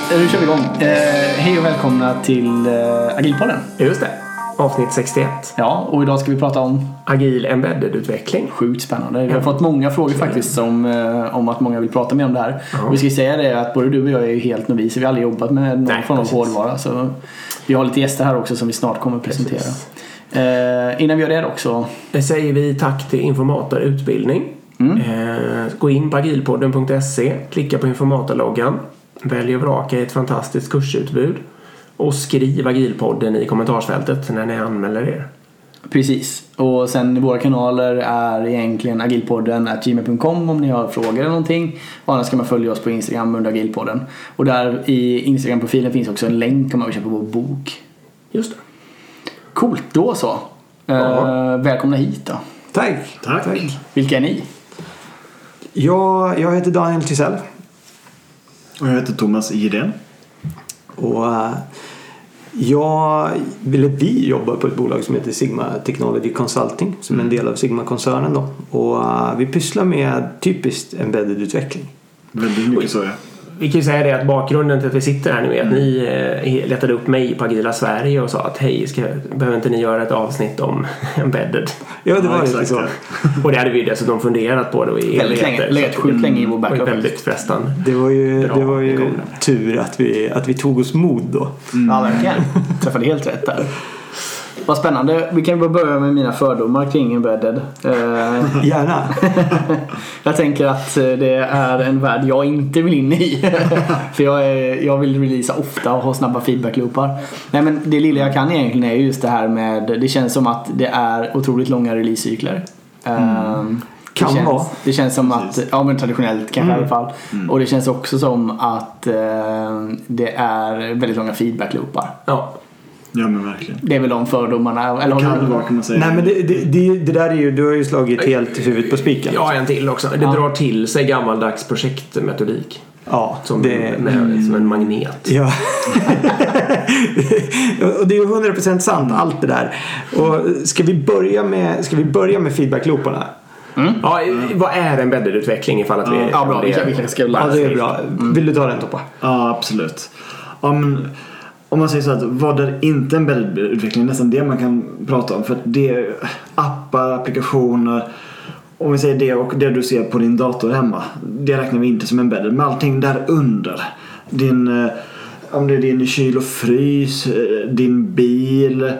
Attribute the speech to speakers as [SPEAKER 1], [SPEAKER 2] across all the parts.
[SPEAKER 1] Nu kör vi igång. Hej och välkomna till Agilpodden.
[SPEAKER 2] Just det, avsnitt 61.
[SPEAKER 1] Ja, och idag ska vi prata om
[SPEAKER 2] Agil embedded-utveckling.
[SPEAKER 1] Sjukt spännande. Vi har fått många frågor faktiskt om att många vill prata mer om det här. Och vi ska säga det att både du och jag är ju helt noviser. Vi har aldrig jobbat med någon form av hårdvara. Så vi har lite gäster här också som vi snart kommer att presentera. Innan vi gör det också
[SPEAKER 2] säger vi tack till Informator Utbildning. Gå in på agilpodden.se, klicka på informatorloggan, välj och vraka ett fantastiskt kursutbud och skriv Agilpodden i kommentarsfältet när ni anmäler er.
[SPEAKER 1] Precis. Och sen våra kanaler är egentligen agilpodden@gmail.com om ni har frågor eller någonting. Och annars kan man följa oss på Instagram under Agilpodden. Och där i Instagram-profilen finns också en länk om man vill köpa vår bok.
[SPEAKER 2] Just det.
[SPEAKER 1] Coolt, då så. Välkomna hit då.
[SPEAKER 3] Tack.
[SPEAKER 1] Vilka är ni?
[SPEAKER 3] Jag heter Daniel Tysell.
[SPEAKER 4] Och jag heter Thomas Gidén.
[SPEAKER 3] Och vi jobbar på ett bolag som heter Sigma Technology Consulting, som är en del av Sigma-koncernen då. Och vi pysslar med typiskt embedded-utveckling.
[SPEAKER 4] Väldigt mycket så, ja.
[SPEAKER 2] Vi kan ju säga det att bakgrunden till att vi sitter här nu är att ni letade upp mig på Agila Sverige och sa att hej, behöver inte ni göra ett avsnitt om embedded?
[SPEAKER 3] Ja, det var lite så.
[SPEAKER 2] Och det hade vi dessutom funderat på då i
[SPEAKER 1] Legat sjukt länge i vår backup.
[SPEAKER 2] Det var väldigt frestande.
[SPEAKER 3] Det var ju tur att vi tog oss mod då.
[SPEAKER 1] Ja, verkligen. Träffade helt rätt där. Vad spännande. Vi kan börja med mina fördomar kring embedded.
[SPEAKER 3] Gärna.
[SPEAKER 1] Jag tänker att det är en värld jag inte vill in i. För jag vill releasa ofta och ha snabba feedback-loopar. Nej, men det lilla jag kan egentligen är just det här med... Det känns som att det är otroligt långa release-cykler. Det känns som att... Ja, men traditionellt kanske i alla fall. Och det känns också som att det är väldigt långa feedback-loopar.
[SPEAKER 4] Ja, men verkligen.
[SPEAKER 1] Det är väl de fördomarna. Eller
[SPEAKER 4] kan man säga.
[SPEAKER 3] Nej, men det där är ju... Du har ju slagit helt huvudet på spiken.
[SPEAKER 2] Ja, en till också. Det drar till sig gammaldags projektmetodik.
[SPEAKER 3] Ja,
[SPEAKER 2] som en magnet.
[SPEAKER 3] Ja. Och det är ju 100% sant, allt det där. Och ska vi börja med feedback-looparna?
[SPEAKER 2] Ja, vad är embedded-utveckling ifall att vi...
[SPEAKER 1] Ja, bra. Vi ska lära
[SPEAKER 3] det är bra. Vill du ta den, Toppa?
[SPEAKER 4] Ja, absolut. Om man säger så att vad är inte embedded-utveckling, nästan det man kan prata om. För att det är appar, applikationer, om vi säger det och det du ser på din dator hemma, det räknar vi inte som embedded. Men allting där under, om det är din kyl och frys, din bil,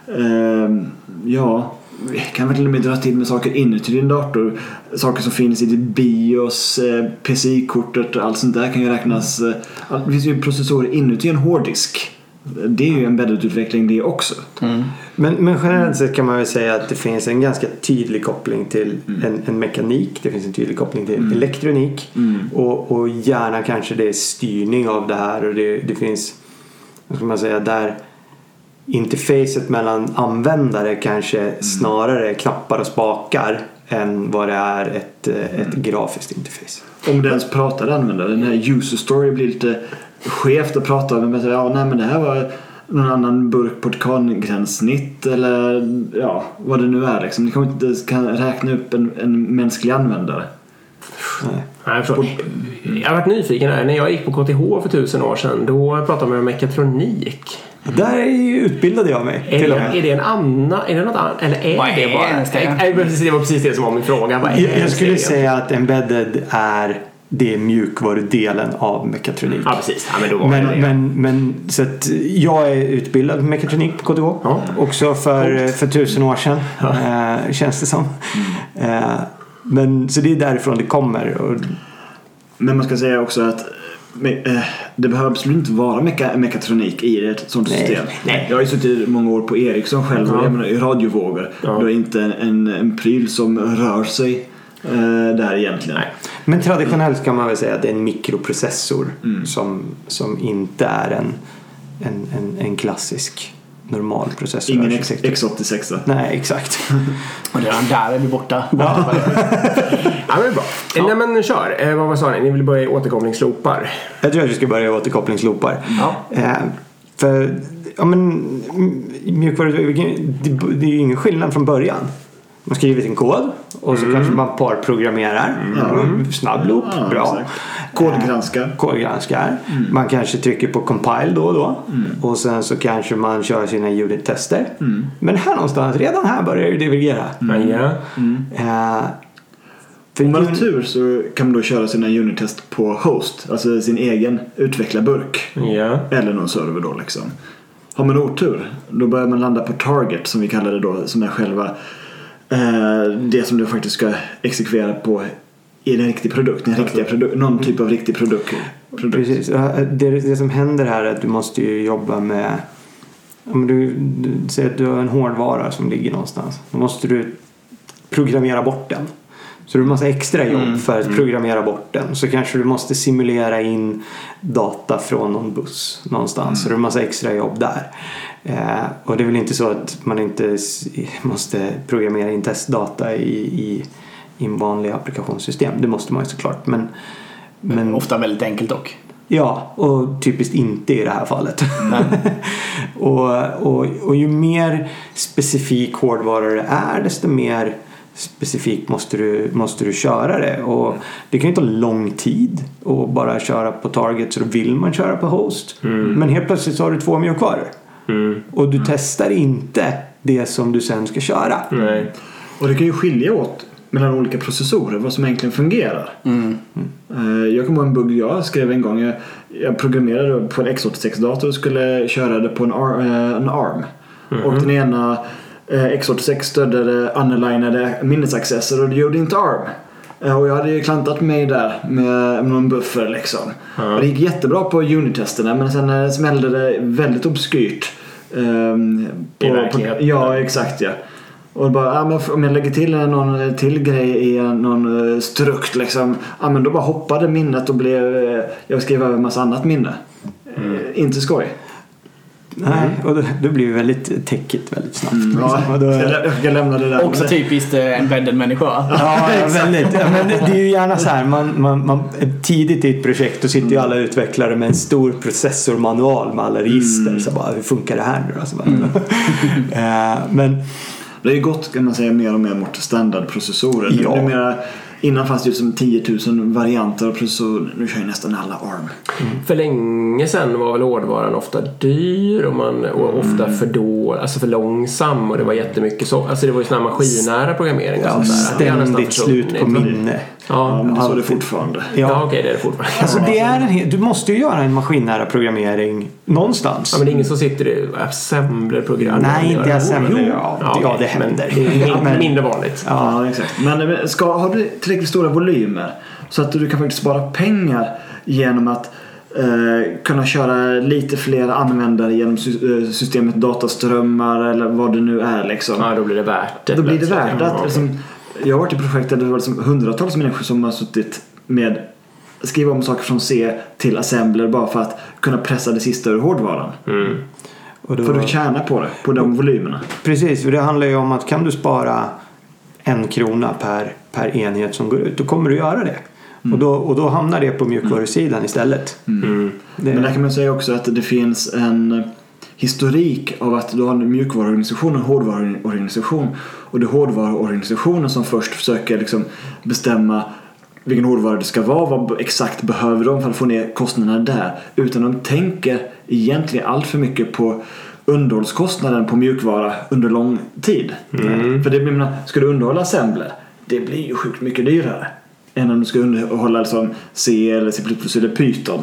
[SPEAKER 4] vi kan väl till och med dra till med saker inuti din dator. Saker som finns i ditt BIOS, PCI-kortet och allt sånt där kan ju räknas. Det finns ju processorer inuti en hårddisk. Det är ju embedded-utveckling det också.
[SPEAKER 3] Men generellt sett kan man väl säga att det finns en ganska tydlig koppling till en mekanik. Det finns en tydlig koppling till elektronik. Och gärna kanske det är styrning av det här. Och det finns, vad ska man säga, där interfacet mellan användare kanske snarare knappar och spakar än vad det är ett grafiskt interface.
[SPEAKER 4] Om det ens pratar användare, den här user story blir lite skevt att prata om. Men det här var någon annan burk på ett kangränssnitt eller vad det nu är liksom. Ni kommer inte kan räkna upp en mänsklig användare.
[SPEAKER 2] Nej, jag har varit nyfiken här. När jag gick på KTH för 1000 år sedan, då pratade man om mekatronik.
[SPEAKER 3] Där utbildade jag mig.
[SPEAKER 2] Är det en annan? Är det något annat? Eller är
[SPEAKER 1] vad
[SPEAKER 2] det bara... Det var precis det som var min fråga.
[SPEAKER 3] Jag skulle säga att embedded är det mjukvarudelen av mekatronik.
[SPEAKER 2] Ja, precis. Ja, men då var det.
[SPEAKER 3] Men så att jag är utbildad mekatronik på KTH. Också för 1000 år sedan. Känns det som. Men så det är därifrån det kommer.
[SPEAKER 4] Men man ska säga också att det behöver absolut inte vara mekatronik i ett sånt system.
[SPEAKER 2] Nej.
[SPEAKER 4] Jag har ju suttit många år på Ericsson själv och jag menar, i radiovågor. Det är inte en pryl som rör sig där egentligen. Nej.
[SPEAKER 3] Men traditionellt kan man väl säga att det är en mikroprocessor som inte är en klassisk normal processor.
[SPEAKER 4] Ingen X86.
[SPEAKER 3] Nej, exakt.
[SPEAKER 1] Och redan där är vi borta.
[SPEAKER 2] Ja, men det är bra. Nej, men kör. Vad sa ni? Ni vill börja i återkopplingsloopar.
[SPEAKER 3] Jag tror att vi ska börja i återkopplingsloopar. För mjukvaru, det är ju ingen skillnad från början. Man skriver sin kod och så kanske man parprogrammerar. Snabb loop, bra.
[SPEAKER 4] Kodgranskar.
[SPEAKER 3] Man kanske trycker på compile då och då. Och sen så kanske man kör sina unit-tester. Men här någonstans, redan här börjar det divergera.
[SPEAKER 4] Om man har tur så kan man då köra sina unit-test på host, alltså sin egen utvecklarburk. Eller någon server då liksom. Har man otur, då börjar man landa på target som vi kallar det då, som är själva det som du faktiskt ska exekvera på i en riktig produkt, någon typ av riktig produkt.
[SPEAKER 3] Precis. Det som händer här är att du måste ju jobba med, om du säger att du har en hårdvara som ligger någonstans, då måste du programmera bort den. Så du har massa extra jobb för att programmera bort den. Så kanske du måste simulera in data från någon buss någonstans. Så du har massa extra jobb där. Och det är väl inte så att man inte måste programmera in testdata i en vanlig applikationssystem. Det måste man ju såklart. Men
[SPEAKER 1] ofta väldigt enkelt dock.
[SPEAKER 3] Ja, och typiskt inte i det här fallet. och ju mer specifik hårdvara det är, desto mer specifikt måste du köra det. Och det kan ju ta lång tid att bara köra på target, så då vill man köra på host. Men helt plötsligt så har du 2 mjukvaror. Och du testar inte det som du sen ska köra.
[SPEAKER 4] Och det kan ju skilja åt mellan olika processorer, vad som egentligen fungerar. Jag kommer ihåg en bugg jag skrev en gång. Jag programmerade på en x86-dator och skulle köra det på en ARM. Och den ena x86 stödde underlinade minnesaccesser och det gjorde inte ARM. Och jag hade ju klantat mig där med någon buffer liksom. Och det gick jättebra på unit-testerna, men sen smällde det väldigt obskyrt.
[SPEAKER 2] I verkligheten.
[SPEAKER 4] Ja, exakt, ja. Och bara, men om jag lägger till någon till grej i någon strukt liksom, men då bara hoppade minnet och jag skrev över en massa annat minne. Inte skoj.
[SPEAKER 3] Nej, och då blir det väldigt täckigt väldigt snabbt.
[SPEAKER 4] Ja, då, jag lämnar det där.
[SPEAKER 1] Också typiskt embedded människa.
[SPEAKER 3] Ja, väldigt. Men det är ju gärna så här, man tidigt i ett projekt då sitter ju alla utvecklare med en stor processormanual med alla register. Så bara, hur funkar det här nu? Alltså, men
[SPEAKER 4] det är ju gott, kan man säga, mer och mer mot standardprocessorer.
[SPEAKER 3] Ja.
[SPEAKER 4] Numera, innan fanns det ju som 10 000 varianter av processorer. Nu kör ju nästan alla ARM.
[SPEAKER 2] För länge sedan var väl hårdvaran ofta dyr och ofta för långsam, och det var jättemycket så. Alltså det var ju såna maskinära programmering och sånt där.
[SPEAKER 3] Ständigt slut på minne.
[SPEAKER 4] Ja, men så är det fortfarande.
[SPEAKER 2] Ja, okej, det är det fortfarande.
[SPEAKER 3] Alltså det är du måste ju göra en maskinära programmering någonstans.
[SPEAKER 2] Ja, men det är ingen som sitter i assemblerprogram.
[SPEAKER 3] Nej, inte assembler. Ja, det händer.
[SPEAKER 2] Det är mindre vanligt.
[SPEAKER 4] Ja, exakt. Men har du tillräckligt stora volymer så att du kan faktiskt spara pengar genom att kunna köra lite fler användare genom systemet dataströmmar eller vad det nu är liksom.
[SPEAKER 2] Ja, då blir det värt det.
[SPEAKER 4] Då blir det värt att liksom, jag har varit i projekt där det var liksom hundratals människor som har suttit med skriva om saker från C till assembler bara för att kunna pressa det sista ur hårdvaran.
[SPEAKER 3] Och då,
[SPEAKER 4] för att tjäna på det, på de volymerna.
[SPEAKER 3] Precis, för det handlar ju om att kan du spara 1 krona per enhet som går ut, då kommer du göra det. Och då hamnar det på mjukvarusidan istället.
[SPEAKER 4] Men där kan man säga också att det finns en historik av att du har en mjukvaruorganisation och en hårdvaruorganisation. Och det är hårdvaruorganisationen som först försöker liksom bestämma vilken hårdvara det ska vara, vad exakt behöver de för att få ner kostnaderna där. Utan de tänker egentligen allt för mycket på underhållskostnaden på mjukvara under lång tid. För det blir, ska du underhålla assembler, det blir ju sjukt mycket dyrare än om du ska underhålla liksom C eller C++ eller Python.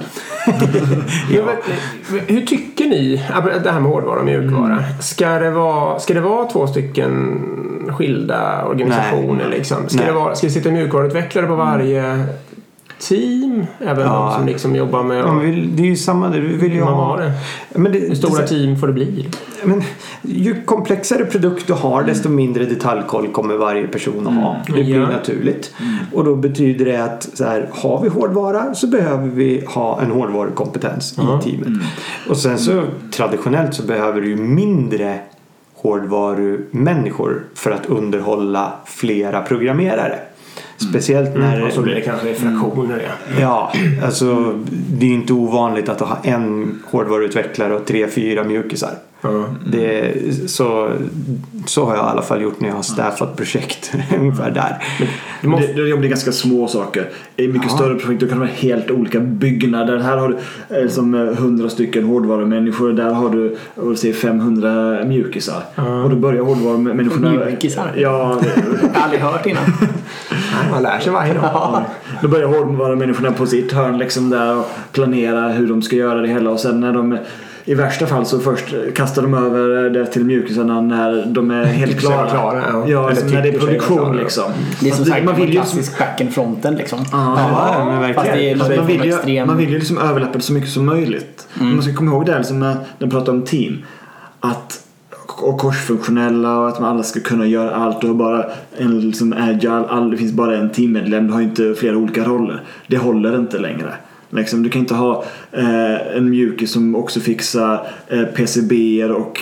[SPEAKER 2] Hur tycker ni det här med hårdvara och mjukvara? Ska det vara 2 stycken skilda organisationer?
[SPEAKER 3] Nej.
[SPEAKER 2] Liksom? Ska det sitta mjukvaruutvecklare på varje team? Även de som liksom jobbar med...
[SPEAKER 3] det är ju samma där. Du vill ju ha
[SPEAKER 2] det. Men hur stora team får det bli?
[SPEAKER 3] Men ju komplexare produkt du har, desto mindre detaljkoll kommer varje person att ha. Det blir naturligt. Och då betyder det att så här, har vi hårdvara så behöver vi ha en hårdvarukompetens i teamet. Och sen så traditionellt så behöver du ju mindre hårdvarumänniskor för att underhålla flera programmerare. Speciellt när...
[SPEAKER 2] Och så blir det kanske fraktioner.
[SPEAKER 3] Ja, alltså det är ju inte ovanligt att ha en hårdvaruutvecklare och 3-4 mjukisar. Det, så har jag i alla fall gjort när jag har staffat projekt ungefär där.
[SPEAKER 4] Det blir ganska små saker. I mycket större projekt då kan det vara helt olika byggnader. Här har du som 100 stycken hårdvarumänniskor. Där har du 500 mjukisar. Och då börjar hårdvarumänniskorna...
[SPEAKER 1] Mjukisar?
[SPEAKER 4] Ja,
[SPEAKER 1] jag har aldrig hört innan.
[SPEAKER 2] Man lär sig varje dag.
[SPEAKER 4] Då börjar hårdvarumänniskorna på sitt hörn liksom där och planera hur de ska göra det hela. Och sen när de... I värsta fall så först kastar de över det till mjukisarna när de är helt klara. Ja, liksom när det är produktion liksom.
[SPEAKER 1] Det är som sagt man vill klassisk backen-fronten liksom.
[SPEAKER 3] Men verkligen.
[SPEAKER 4] Man vill ju liksom överlappa det så mycket som möjligt. Man ska komma ihåg det liksom när de pratar om team. Och korsfunktionella och att man alla ska kunna göra allt och bara en liksom agile, det finns bara en teammedlem, du har inte flera olika roller. Det håller inte längre. Liksom, du kan inte ha en mjukis som också fixar PCB:er och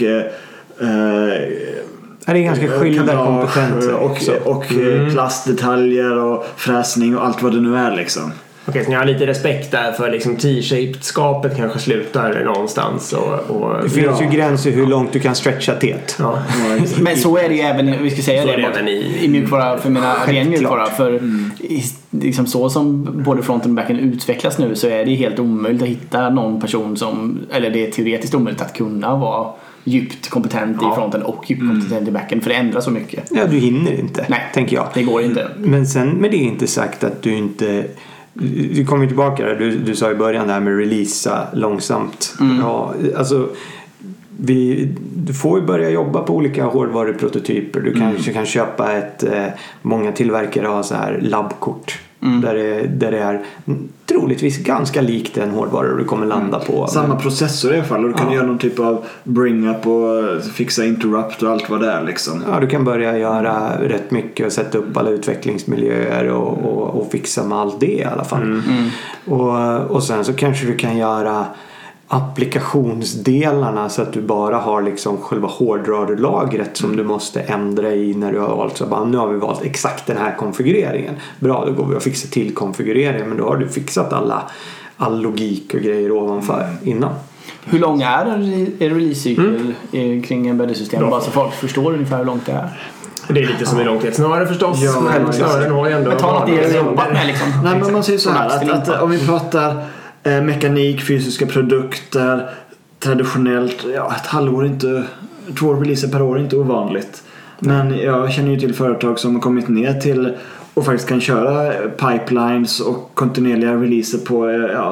[SPEAKER 3] det är ganska skilda kompetenser
[SPEAKER 4] och plastdetaljer och fräsning och allt vad det nu är liksom.
[SPEAKER 2] Okej, så ni har lite respekt där för liksom T-shaped-skapet kanske slutar någonstans och
[SPEAKER 3] det finns ju gränser hur långt du kan stretcha det.
[SPEAKER 1] Men så är det ju även, vi ska säga det även i mjukvara, för mina ren mjukvara, för liksom så som både fronten och backen utvecklas nu så är det helt omöjligt att hitta någon person som, eller det är teoretiskt omöjligt att kunna vara djupt kompetent i fronten och djupt kompetent i backen, för det ändras så mycket.
[SPEAKER 3] Ja, du hinner inte.
[SPEAKER 1] Nej,
[SPEAKER 3] tänker jag.
[SPEAKER 1] Det går inte.
[SPEAKER 3] Men sen med det är inte sagt att du inte... Du kommer tillbaka där. Du sa i början det här med releasa långsamt. Ja, alltså du får ju börja jobba på olika hårdvaruprototyper. Du kanske kan köpa många tillverkare har så här labbkort. Där det är troligtvis ganska likt den hårdvara du kommer landa på.
[SPEAKER 4] Samma processor i alla fall. Och du kan göra någon typ av bring-up och fixa interrupt och allt vad det är liksom.
[SPEAKER 3] Ja, du kan börja göra rätt mycket och sätta upp alla utvecklingsmiljöer och fixa med allt det i alla fall. Och sen så kanske du kan göra applikationsdelarna så att du bara har liksom själva hårdvarulagret som du måste ändra i när du har valt så bara, nu har vi valt exakt den här konfigureringen. Bra, då går vi och fixar till konfigureringen, men då har du fixat all logik och grejer ovanför innan.
[SPEAKER 1] Hur lång är en release-cykel kring embedded-system? Bara så folk förstår ungefär hur långt det är.
[SPEAKER 2] Det är lite som i långtidssnöre förstås.
[SPEAKER 4] Ja,
[SPEAKER 2] men snören har ju ändå...
[SPEAKER 1] Men ta något det jobbat med liksom.
[SPEAKER 4] Nej, men man säger så här att om vi pratar mekanik, fysiska produkter traditionellt, ett halvår inte, 2 releaser per år är inte ovanligt. Men jag känner ju till företag som har kommit ner till och faktiskt kan köra pipelines och kontinuerliga releaser på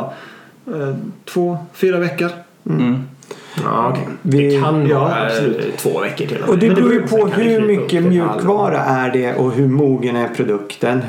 [SPEAKER 4] 2-4 veckor.
[SPEAKER 2] Ja, okay. Det kan vara 2 veckor till.
[SPEAKER 3] Och det beror ju på hur mycket mjukvara är det och hur mogen är produkten,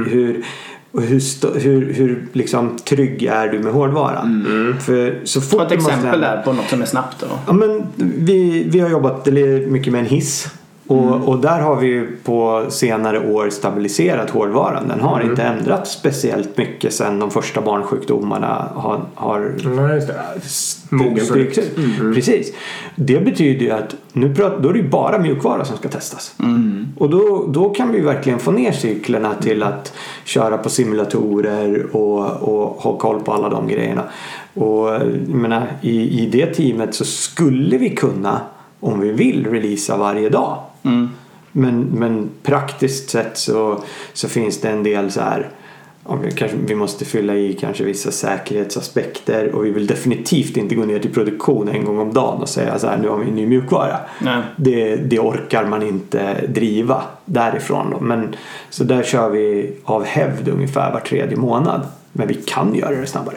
[SPEAKER 3] hur liksom trygg är du med hårdvaran. För så fort
[SPEAKER 1] ett exempel där på något som är snabbt då.
[SPEAKER 3] Ja, men vi har jobbat mycket med en hiss. Och där har vi ju på senare år stabiliserat hårdvaran. Den har inte ändrats speciellt mycket sedan de första barnsjukdomarna har strykts ut. Precis. Det betyder ju att då är det ju bara mjukvara som ska testas. Och då kan vi verkligen få ner cyklerna till att köra på simulatorer och ha koll på alla de grejerna. Och jag menar, i det teamet så skulle vi kunna, om vi vill, releasa varje dag. Men praktiskt sett så finns det en del så här, vi måste fylla i kanske vissa säkerhetsaspekter, och vi vill definitivt inte gå ner till produktion en gång om dagen och säga så här, nu har vi en ny mjukvara. Det orkar man inte driva därifrån då. Men så där kör vi av hävd ungefär var 3:e månad, men vi kan göra det snabbare.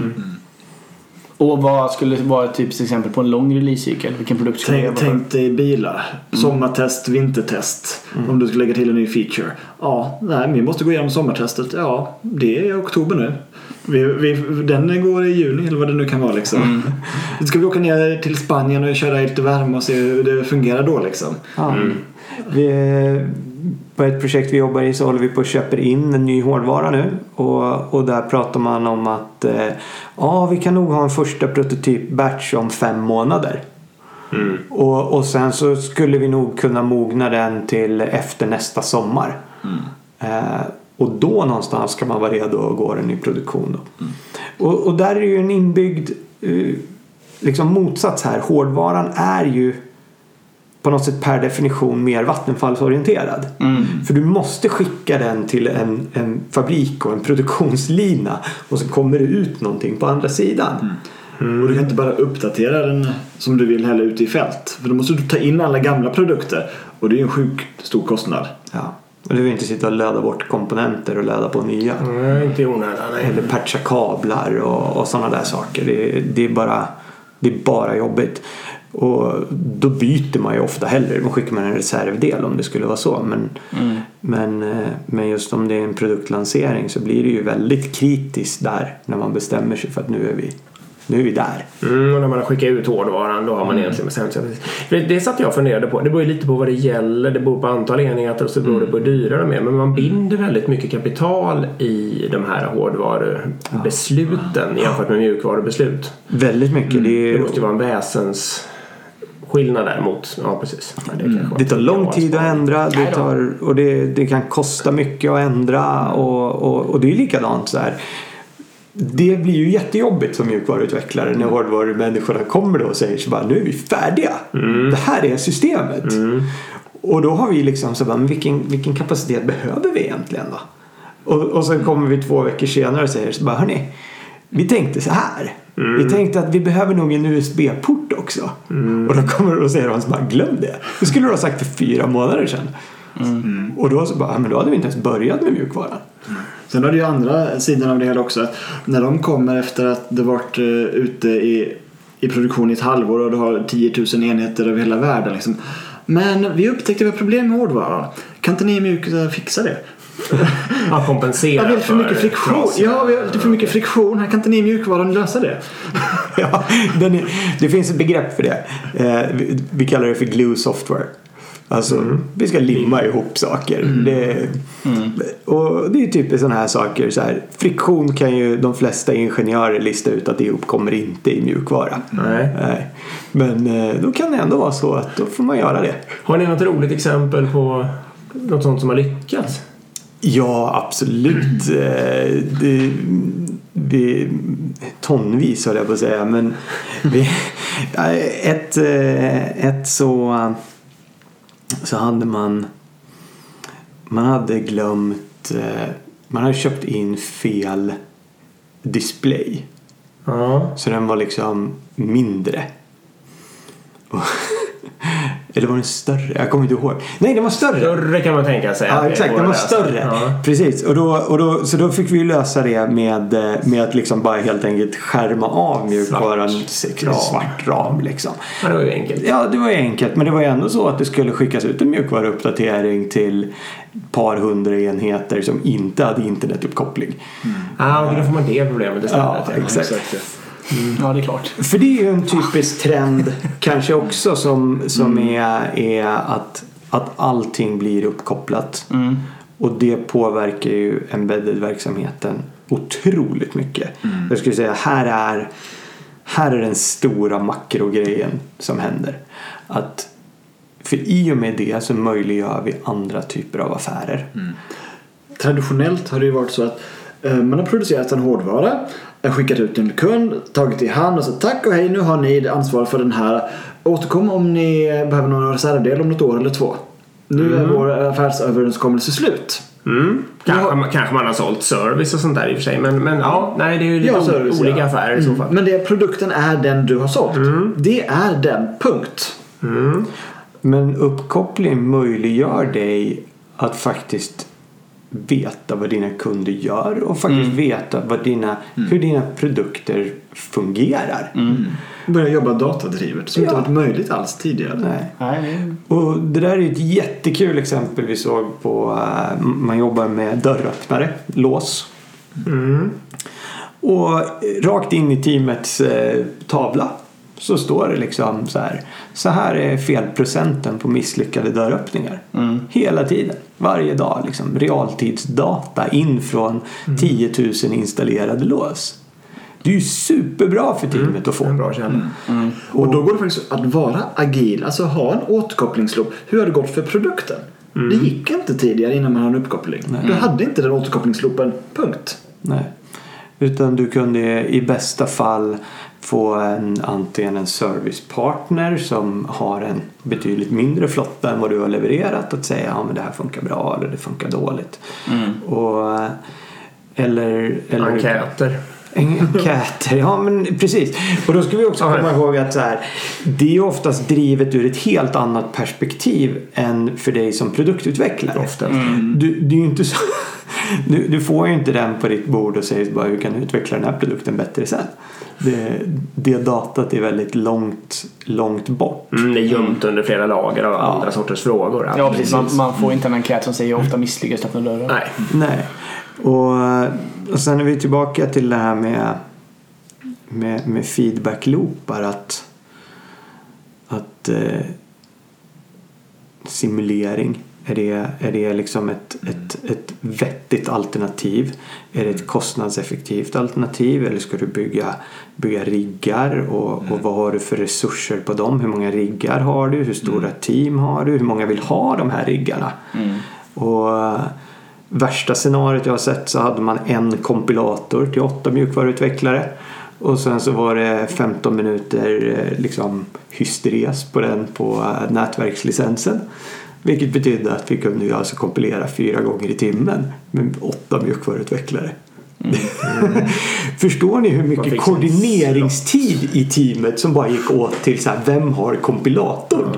[SPEAKER 1] Och vad skulle vara ett typiskt exempel på en lång release-cykel? Vilken produkt skulle det vara?
[SPEAKER 4] Tänk dig bilar. Sommartest, vintertest. Om du ska lägga till en ny feature. Vi måste gå igenom sommartestet. Ja, det är oktober nu. Den går i juni eller vad det nu kan vara liksom. Ska vi åka ner till Spanien och köra lite värme och se hur det fungerar då liksom.
[SPEAKER 3] På ett projekt vi jobbar i så håller vi på att köpa in en ny hårdvara nu, och där pratar man om att vi kan nog ha en första prototyp batch om 5 månader. Och sen så skulle vi nog kunna mogna den till efter nästa sommar. Och då någonstans ska man vara redo att gå den i produktion då. Och där är det ju en inbyggd liksom motsats här. Hårdvaran är ju på något sätt per definition mer vattenfallsorienterad. För du måste skicka den till en fabrik och en produktionslina och så kommer det ut någonting på andra sidan.
[SPEAKER 4] Och du kan inte bara uppdatera den som du vill heller ute i fält. För då måste du ta in alla gamla produkter. Och det är ju en sjukt stor kostnad.
[SPEAKER 3] Ja. Och du vill inte sitta och löda bort komponenter och löda på nya.
[SPEAKER 2] Inte i onödan.
[SPEAKER 3] Eller patcha kablar och sådana där saker. Det är bara jobbigt. Och då byter man ju ofta hellre. Man skickar en reservdel om det skulle vara så. Men just om det är en produktlansering så blir det ju väldigt kritiskt där. När man bestämmer sig för att nu är vi där.
[SPEAKER 2] Och när man har skickat ut hårdvaran då har man egentligen bestämt sig. Det satt jag och funderade på. Det beror ju lite på vad det gäller. Det beror på antal enheter och så beror det på dyrare med. Men man binder väldigt mycket kapital i de här hårdvarubesluten jämfört med mjukvarubeslut.
[SPEAKER 3] Väldigt mycket.
[SPEAKER 2] Det måste ju vara en väsensskillnad där mot. Ja, precis.
[SPEAKER 3] Det tar lång tid att ändra. Det kan kosta mycket att ändra. Och det är likadant så här. Det blir ju jättejobbigt som mjukvaruutvecklare när hårdvarumänniskorna kommer då och säger så bara, nu är vi färdiga. Det här är systemet. Och då har vi liksom så bara, men vilken kapacitet behöver vi egentligen då? Och sen kommer vi 2 veckor senare och säger så bara, hörni, vi tänkte så här. Vi tänkte att vi behöver nog en USB-port också. Och då kommer du och säger de så bara, glöm det. Det skulle du ha sagt för 4 månader sedan. Och då så bara, men då hade vi inte ens börjat med mjukvaran.
[SPEAKER 4] Sen har det ju andra sidan av det hela också. Att när de kommer efter att det varit ute i produktion i ett halvår och du har 10 000 enheter över hela världen liksom. Men vi upptäckte vi har problem med hårdvaran. Kan inte ni mjukvara fixa det?
[SPEAKER 2] Ja, kompensera.
[SPEAKER 4] Vi har för mycket friktion. Ja, vi har lite för mycket friktion. Här kan inte ni mjukvaran lösa det?
[SPEAKER 3] Ja, det finns ett begrepp för det. Vi kallar det för glue software. Alltså, vi ska limma ihop saker. Och det är typ sådana här saker. Så här, friktion kan ju de flesta ingenjörer lista ut att det uppkommer inte i mjukvara. Nej. Men då kan det ändå vara så att då får man göra det.
[SPEAKER 2] Har ni något roligt exempel på något sånt som har lyckats?
[SPEAKER 3] Ja, absolut. Vi tonvis höll jag på att säga. Men så hade man hade glömt, man hade köpt in fel display. Så den var liksom mindre. Eller var den större? Jag kommer inte ihåg. Nej, den var större.
[SPEAKER 2] Större kan man tänka sig.
[SPEAKER 3] Ja, exakt. Den var större. Ja. Precis. Så då fick vi lösa det med att liksom bara helt enkelt skärma av mjukvaran. Svart ram liksom.
[SPEAKER 2] Ja, det var ju enkelt.
[SPEAKER 3] Ja, det var ju enkelt. Men det var ju ändå så att det skulle skickas ut en mjukvaruuppdatering till ett par 100 enheter som inte hade internetuppkoppling.
[SPEAKER 2] Ja, då får man det problemet istället.
[SPEAKER 3] Ja, exakt.
[SPEAKER 1] Ja, det är klart.
[SPEAKER 3] För det är ju en typisk trend kanske också som är att allting blir uppkopplat. Och det påverkar ju embedded-verksamheten otroligt mycket. Jag skulle säga här är den stora makrogrejen som händer. Att för i och med det så möjliggör vi andra typer av affärer.
[SPEAKER 4] Traditionellt har det ju varit så att man har producerat en hårdvara, skickat ut en kund, tagit i hand och så tack och hej, nu har ni ansvar för den här. Återkom om ni behöver någon reservdel om något år eller 2. Nu är vår affärsöverenskommelse slut.
[SPEAKER 2] Kanske man har sålt service och sånt där i och för sig. Men ja, nej, det är ju lite service, olika affärer i så fall.
[SPEAKER 4] Men produkten är den du har sålt. Det är den, punkt.
[SPEAKER 3] Men uppkoppling möjliggör dig att faktiskt veta vad dina kunder gör och faktiskt veta hur dina produkter fungerar.
[SPEAKER 4] Börja jobba datadrivet som inte varit möjligt alls tidigare.
[SPEAKER 3] Nej. Och det där är ett jättekul exempel vi såg på. Man jobbar med dörröppnare, lås. Och rakt in i teamets tavla så står det liksom så här är felprocenten på misslyckade dörröppningar. Hela tiden, varje dag liksom, realtidsdata in från 10 000 installerade lås. Det är ju superbra för teamet att få.
[SPEAKER 2] En bra källa.
[SPEAKER 4] Och då går det faktiskt att vara agil, alltså ha en återkopplingsloop. Hur har det gått för produkten? Det gick inte tidigare innan man hade en uppkoppling. Du hade inte den återkopplingsloopen, punkt.
[SPEAKER 3] Nej. Utan du kunde i bästa fall få antingen en servicepartner som har en betydligt mindre flotta än vad du har levererat att säga men det här funkar bra eller det funkar dåligt. Och, eller
[SPEAKER 2] enkäter.
[SPEAKER 3] Enkäter, ja men precis. Och då ska vi också komma ihåg att så här, det är oftast drivet ur ett helt annat perspektiv än för dig som produktutvecklare.
[SPEAKER 2] Ofta.
[SPEAKER 3] Det är ju inte så. Du får ju inte den på ditt bord och säger bara hur kan du utveckla den här produkten bättre sen. Det datat är väldigt långt bort.
[SPEAKER 2] Det är gömt under flera lager av andra sorters frågor.
[SPEAKER 1] Ja, precis. Man får inte en enkät som säger ofta misslyckas öppna dörren.
[SPEAKER 3] Nej. Och sen är vi tillbaka till det här med feedback-loopar att simulering är det liksom ett vettigt alternativ? Är det ett kostnadseffektivt alternativ? Eller ska du bygga riggar? Och vad har du för resurser på dem? Hur många riggar har du? Hur stora team har du? Hur många vill ha de här riggarna? Och värsta scenariot jag har sett så hade man en kompilator till 8 mjukvaruutvecklare. Och sen så var det 15 minuter liksom hysteres på den på nätverkslicensen. Vilket betydde att vi kunde ju alltså kompilera 4 gånger i timmen med 8 mjukvaruutvecklare. Förstår ni hur mycket koordineringstid i teamet som bara gick åt till så här, vem har kompilatorn?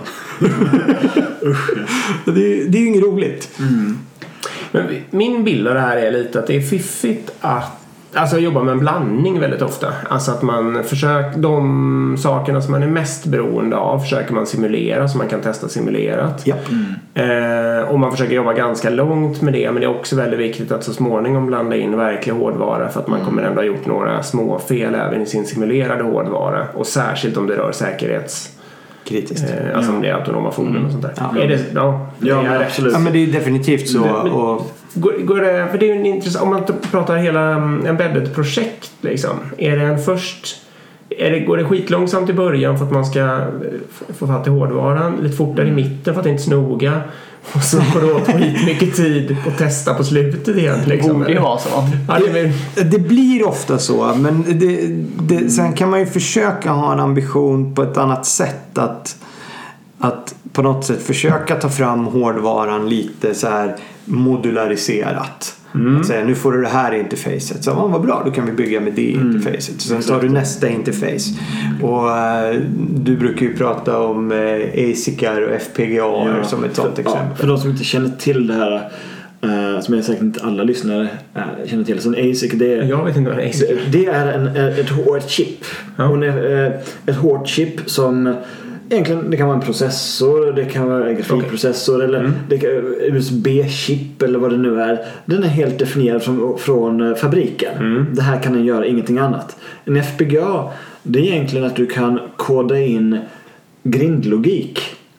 [SPEAKER 3] Det är ju inget roligt.
[SPEAKER 2] Men min bild av det här är lite att det är fiffigt att jobba med en blandning väldigt ofta. Alltså att man försöker de sakerna som man är mest beroende av försöker man simulera så man kan testa simulerat. Och man försöker jobba ganska långt med det, men det är också väldigt viktigt att så småningom blanda in verklig hårdvara för att man kommer ändå ha gjort några små fel även i sin simulerade hårdvara och särskilt om det rör säkerhetskritiskt. Alltså om det är autonoma fordon och sånt där.
[SPEAKER 3] Absolut. Ja, men det är definitivt så.
[SPEAKER 2] Går det, för det är ju intressant om man pratar hela embedded-projekt liksom. Är det går det skitlångsamt i början för att man ska få fatt i hårdvaran, lite fortare i mitten för att inte snoga och så går det åt skitmycket tid att testa på slutet igen liksom.
[SPEAKER 1] Borde ju vara så.
[SPEAKER 3] Det blir ofta så, men sen kan man ju försöka ha en ambition på ett annat sätt att på något sätt försöka ta fram hårdvaran lite så här modulariserat. Att säga, nu får du det här interfacet. Så vad bra, då kan vi bygga med det interfacet. Sen tar du nästa interface. Och du brukar ju prata om ASICar och FPGA som ett sånt exempel.
[SPEAKER 4] För de som inte känner till det här som jag säkert inte alla lyssnare känner till. Så en ASIC,
[SPEAKER 2] jag vet inte vad en ASIC är.
[SPEAKER 4] Det är ett hårt chip. Och ett hårt chip som egentligen, det kan vara en processor, det kan vara en grafikprocessor eller USB-chip eller vad det nu är. Den är helt definierad från fabriken. Det här kan den göra, ingenting annat. En FPGA, det är egentligen att du kan koda in grindlogik.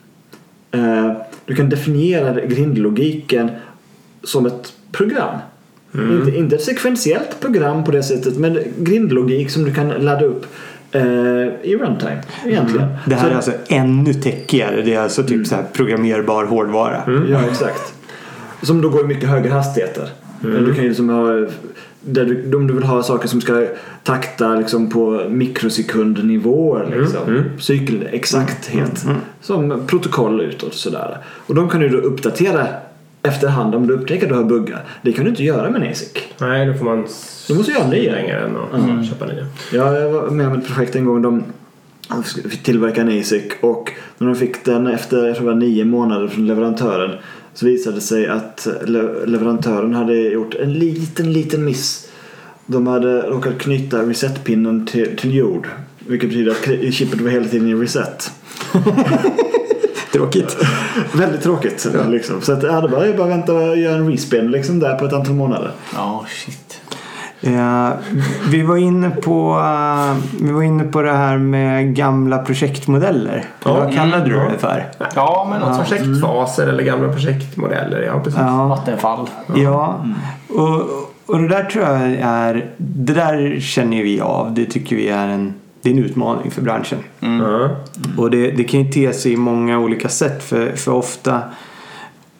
[SPEAKER 4] Du kan definiera grindlogiken som ett program. Inte ett sekventiellt program på det sättet, men grindlogik som du kan ladda upp i runtime egentligen.
[SPEAKER 3] Det här är alltså ännu täckigare. Det är alltså typ så här programmerbar hårdvara.
[SPEAKER 4] Ja, exakt. Som då går i mycket högre hastigheter. Du kan ju liksom ha om du vill ha saker som ska takta liksom på mikrosekundnivåer liksom. Cykelexakthet. Som protokoll utåt sådär. Och de kan du då uppdatera efterhand om du upptäcker att du har buggar. Det kan du inte göra med en ASIC.
[SPEAKER 2] Nej, då får man
[SPEAKER 4] måste göra det
[SPEAKER 2] längre än och köpa nya.
[SPEAKER 4] Jag var med om ett projekt en gång. De fick tillverka en ASIC och när de fick den efter jag tror det var 9 månader från leverantören så visade det sig att leverantören hade gjort en liten miss. De hade råkat knyta resetpinnen till jord, vilket betyder att chippet var hela tiden i reset.
[SPEAKER 3] Tråkigt.
[SPEAKER 4] Väldigt tråkigt liksom. Så att det var bara vänta och göra en respin liksom där på ett antal månader.
[SPEAKER 1] Shit.
[SPEAKER 3] Vi var inne på det här med gamla projektmodeller. Vad kallade du det för?
[SPEAKER 2] Ja, men något projektfaser eller gamla projektmodeller. Ja, precis.
[SPEAKER 1] Vattenfall.
[SPEAKER 3] Ja. Och det där tror jag det där känner vi av. Det tycker vi är en utmaning för branschen. Och det kan ju te sig i många olika sätt för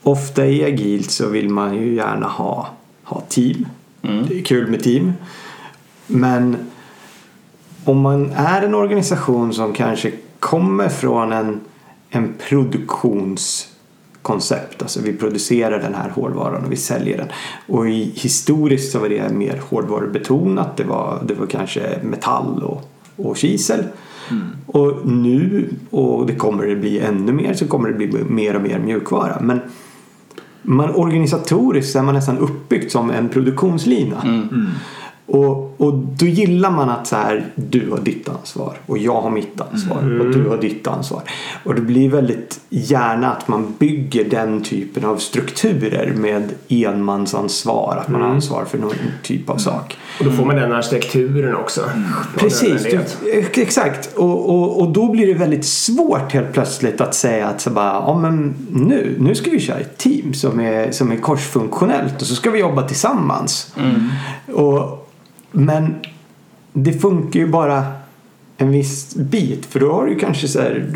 [SPEAKER 3] ofta i agilt så vill man ju gärna ha team. Det är kul med team. Men om man är en organisation som kanske kommer från en produktionskoncept, alltså vi producerar den här hårdvaran och vi säljer den, och historiskt så var det mer hårdvarubetonat, det var kanske metall och kisel, och nu, och det kommer det bli ännu mer, så kommer det bli mer och mer mjukvara, men organisatoriskt är man nästan uppbyggt som en produktionslina. Och då gillar man att så här, du har ditt ansvar och jag har mitt ansvar och du har ditt ansvar. Och det blir väldigt gärna att man bygger den typen av strukturer med enmansansvar, att man har ansvar för någon typ av sak.
[SPEAKER 2] Och då får man den arkitekturen också.
[SPEAKER 3] Precis, exakt. Och då blir det väldigt svårt helt plötsligt att säga att så bara, ja, men nu ska vi köra ett team som är korsfunktionellt och så ska vi jobba tillsammans. Men det funkar ju bara en viss bit, för då har du kanske så här,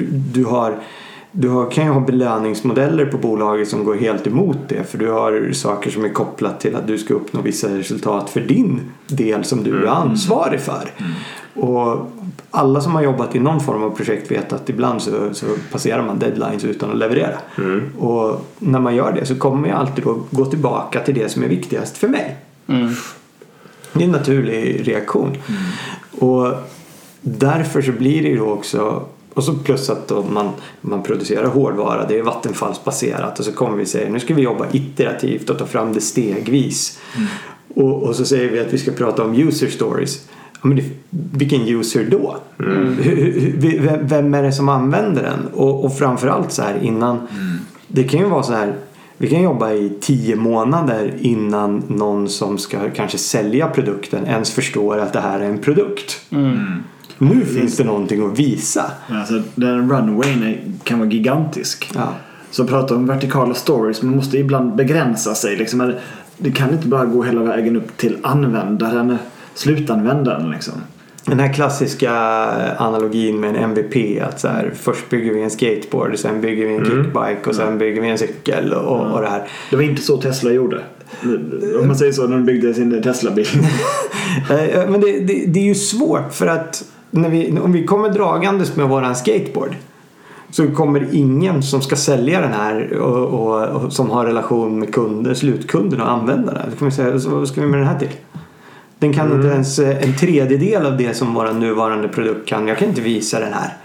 [SPEAKER 3] du kan ju ha belöningsmodeller på bolaget som går helt emot det, för du har saker som är kopplat till att du ska uppnå vissa resultat för din del som du är ansvarig för. Och alla som har jobbat i någon form av projekt vet att ibland så passerar man deadlines utan att leverera. Och när man gör det så kommer jag alltid då gå tillbaka till det som är viktigast för mig. Det är en naturlig reaktion. Och därför så blir det ju också, och så plus att då man producerar hårdvara, det är vattenfallsbaserat, och så kommer vi säga nu ska vi jobba iterativt och ta fram det stegvis. Och så säger vi att vi ska prata om user stories. Men vilken user då? Vem är det som använder den? Och framförallt så här innan, det kan ju vara så här, vi kan jobba i 10 månader innan någon som ska kanske sälja produkten ens förstår att det här är en produkt. Nu finns det någonting att visa.
[SPEAKER 4] Alltså, den runwayn kan vara gigantisk.
[SPEAKER 3] Ja.
[SPEAKER 4] Så prata om vertikala stories, man måste ibland begränsa sig. Liksom. Det kan inte bara gå hela vägen upp till användaren, slutanvändaren liksom.
[SPEAKER 3] Den här klassiska analogin med en MVP, att så här, först bygger vi en skateboard, sen bygger vi en kickbike och sen bygger vi en cykel och det här.
[SPEAKER 4] Det var inte så Tesla gjorde. Om man säger så, när de byggde sin Tesla-bil.
[SPEAKER 3] Men det är ju svårt, för att om vi kommer dragandes med våran skateboard så kommer ingen som ska sälja den här och som har relation med slutkunden och användare. Så kan vi säga, så vad ska vi med den här till? Den kan inte ens en tredjedel av det som vår nuvarande produkt kan. Jag kan inte visa den här.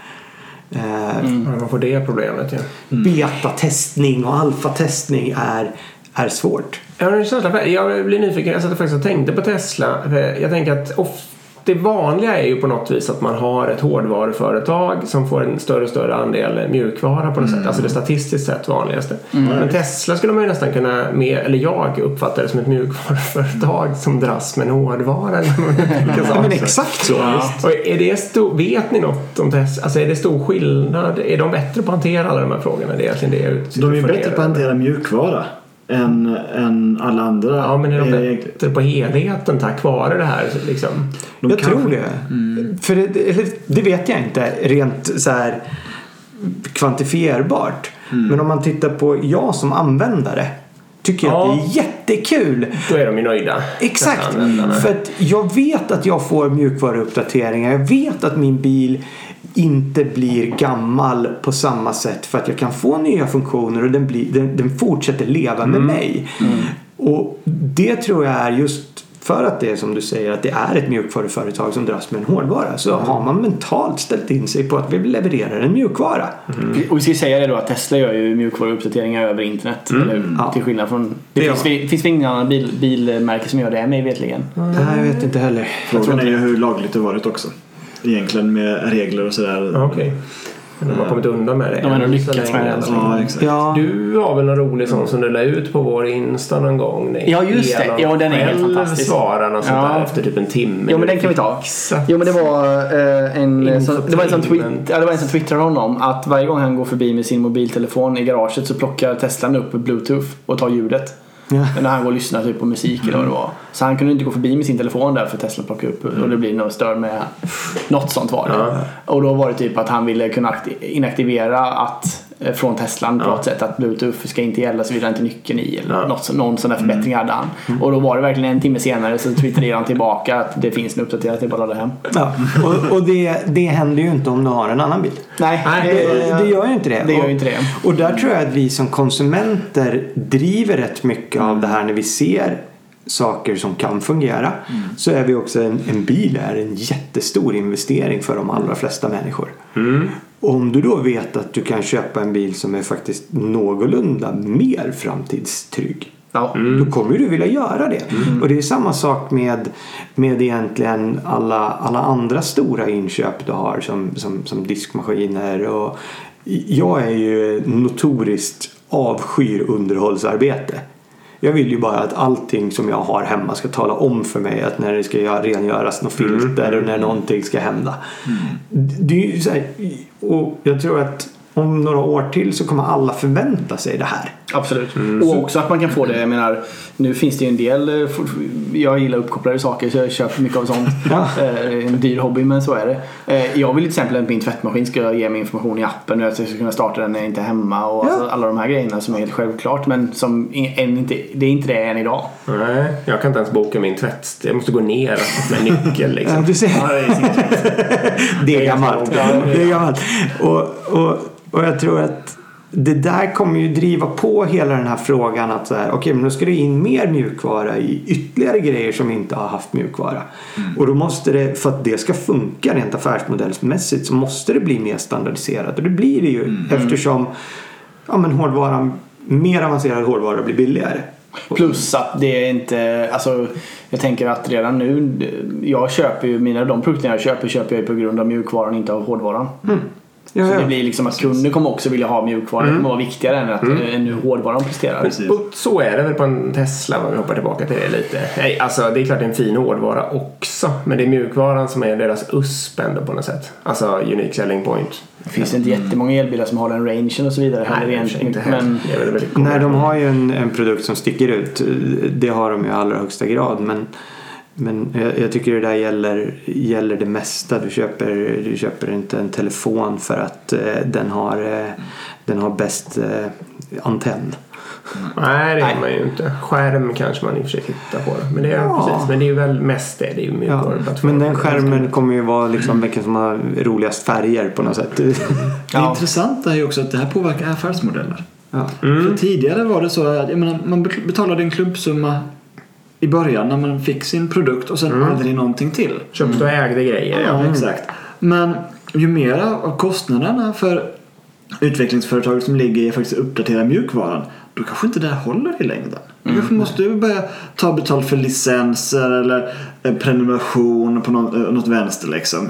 [SPEAKER 2] Man får det problemet, ja.
[SPEAKER 3] Beta-testning och alfa-testning är svårt.
[SPEAKER 2] Jag blir nyfiken. Jag satt faktiskt och tänkte på Tesla. Jag tänker att det vanliga är ju på något vis att man har ett hårdvaruföretag som får en större och större andel mjukvara på något sätt. Alltså det statistiskt sett vanligaste. Men Tesla skulle man ju nästan kunna eller jag uppfattar det som ett mjukvaruföretag som dras med en hårdvara.
[SPEAKER 3] Ja, men exakt så.
[SPEAKER 2] Ja. Och är det vet ni något om Tesla? Alltså är det stor skillnad? Är de bättre på att hantera alla de här frågorna? Det är egentligen det
[SPEAKER 4] de är bättre på att hantera mjukvara än alla andra.
[SPEAKER 2] Ja, men är de bättre på helheten tack vare det här liksom?
[SPEAKER 3] Jag tror det. För det vet jag inte rent så här kvantifierbart. Men om man tittar på jag som användare tycker jag att det är jättekul.
[SPEAKER 2] Då är de ju nöjda.
[SPEAKER 3] Exakt. För att jag vet att jag får mjukvaruuppdateringar. Jag vet att min bil inte blir gammal på samma sätt, för att jag kan få nya funktioner och den fortsätter leva med mig. Och det tror jag är just för att det är som du säger, att det är ett mjukvaruföretag som dras med en hårdvara, så har man mentalt ställt in sig på att vi levererar en mjukvara.
[SPEAKER 1] Och vi ska säga det då att Tesla gör ju mjukvaruuppdateringar över internet, eller hur? Ja. Till skillnad från det finns ingen annan bilmärke som gör det, mig vetligen.
[SPEAKER 3] Nej, jag vet inte heller.
[SPEAKER 4] Frågan är ju hur lagligt det varit också. Egentligen med regler och sådär.
[SPEAKER 2] Okej. De har kommit undan med det.
[SPEAKER 1] De har nog lyckats med det.
[SPEAKER 4] Ja, exakt.
[SPEAKER 3] Ja.
[SPEAKER 2] Du har väl någon rolig sån som du la ut på vår Insta någon gång?
[SPEAKER 1] Ja, just det. Ja, den är helt fantastisk.
[SPEAKER 2] Svarar och sånt där efter typ en timme.
[SPEAKER 1] Jo, men den kan vi ta. Jo, men det var en som twittrade honom att varje gång han går förbi med sin mobiltelefon i garaget så plockar Teslan upp Bluetooth och tar ljudet. Ja. När han går och lyssnar typ på musik eller vad det var. Så han kunde inte gå förbi med sin telefon där, för Tesla plockar upp och det blir något stör med något sånt var det. Och då var det typ att han ville kunna inaktivera att från Tesla på något sätt, att Bluetooth ska inte gälla såvida inte nyckeln i eller någon sån där förbättring hade han. Och då var det verkligen en timme senare så twittrade han tillbaka att det finns en uppdaterat till bara det hem.
[SPEAKER 3] Ja. Och det händer ju inte om du har en annan bil.
[SPEAKER 1] Nej,
[SPEAKER 3] det gör ju inte det.
[SPEAKER 1] Det gör inte det.
[SPEAKER 3] Och där tror jag att vi som konsumenter driver rätt mycket av det här när vi ser saker som kan fungera. Så är vi också en bil är en jättestor investering för de allra flesta människor. Om du då vet att du kan köpa en bil som är faktiskt någorlunda mer framtidstrygg, då kommer du vilja göra det. Och det är samma sak med egentligen alla andra stora inköp du har som diskmaskiner. Och jag är ju notoriskt avskyr underhållsarbete. Jag vill ju bara att allting som jag har hemma ska tala om för mig att när det ska rengöras något filter och när någonting ska hända. Det är ju så här, och jag tror att om några år till så kommer alla förvänta sig det här.
[SPEAKER 1] Absolut. Och också att man kan få det, jag menar, nu finns det ju en del, jag gillar uppkopplade saker så jag köper mycket av sånt. En dyr hobby, men så är det. Jag vill till exempel att min tvättmaskin ska ge mig information i appen och att jag ska kunna starta den när jag inte är hemma och alltså alla de här grejerna som är helt självklart, men som det är inte det än idag. Nej,
[SPEAKER 2] jag kan inte ens boka min tvätt. Jag måste gå ner med nyckel liksom.
[SPEAKER 3] Du ser. Det är gammalt. Det är gammalt. Och jag tror att det där kommer ju driva på hela den här frågan att så här, okej, men då ska det in mer mjukvara i ytterligare grejer som inte har haft mjukvara. Och då måste det, för att det ska funka rent affärsmodellsmässigt, så måste det bli mer standardiserat. Och det blir det ju eftersom hårdvaran, mer avancerad hårdvara blir billigare.
[SPEAKER 1] Plus att det är inte, alltså jag tänker att redan nu jag köper ju de produkter jag köper jag ju på grund av mjukvaran, inte av hårdvaran. Så det blir liksom att kunden kommer också vilja ha mjukvaran. Det kommer vara viktigare än hur hårdvaran presterar.
[SPEAKER 2] Och så är det väl på en Tesla, om vi hoppar tillbaka till det lite. Nej, alltså det är klart det är en fin hårdvara också, men det är mjukvaran som är deras USP ändå på något sätt. Alltså unique selling point.
[SPEAKER 1] Det finns inte jättemånga elbilar som har den rangen och så vidare.
[SPEAKER 2] Nej, inte
[SPEAKER 1] men
[SPEAKER 3] nej, de har ju en produkt som sticker ut. Det har de i allra högsta grad, men jag tycker det där gäller det mesta. Du köper inte en telefon för att den har bäst antenn.
[SPEAKER 2] Nej, det är man ju inte. Skärm kanske man i och för sig tittar på. Men det är precis. Men det är ju väl mest det. Det är ju mycket
[SPEAKER 3] men den skärmen kommer ju vara liksom vilken som har roligast färger på något sätt.
[SPEAKER 4] Det intressanta är ju också att det här påverkar affärsmodeller. För tidigare var det så att man betalade en klumpsumma i början när man fick sin produkt och sen aldrig någonting till.
[SPEAKER 2] Köpte och ägde grejer.
[SPEAKER 4] Ja, exakt. Men ju mera av kostnaderna för utvecklingsföretag som ligger i att faktiskt uppdatera mjukvaran, då kanske inte det här håller i längden. Du kanske måste börja ta betalt för licenser eller prenumeration på något vänster liksom.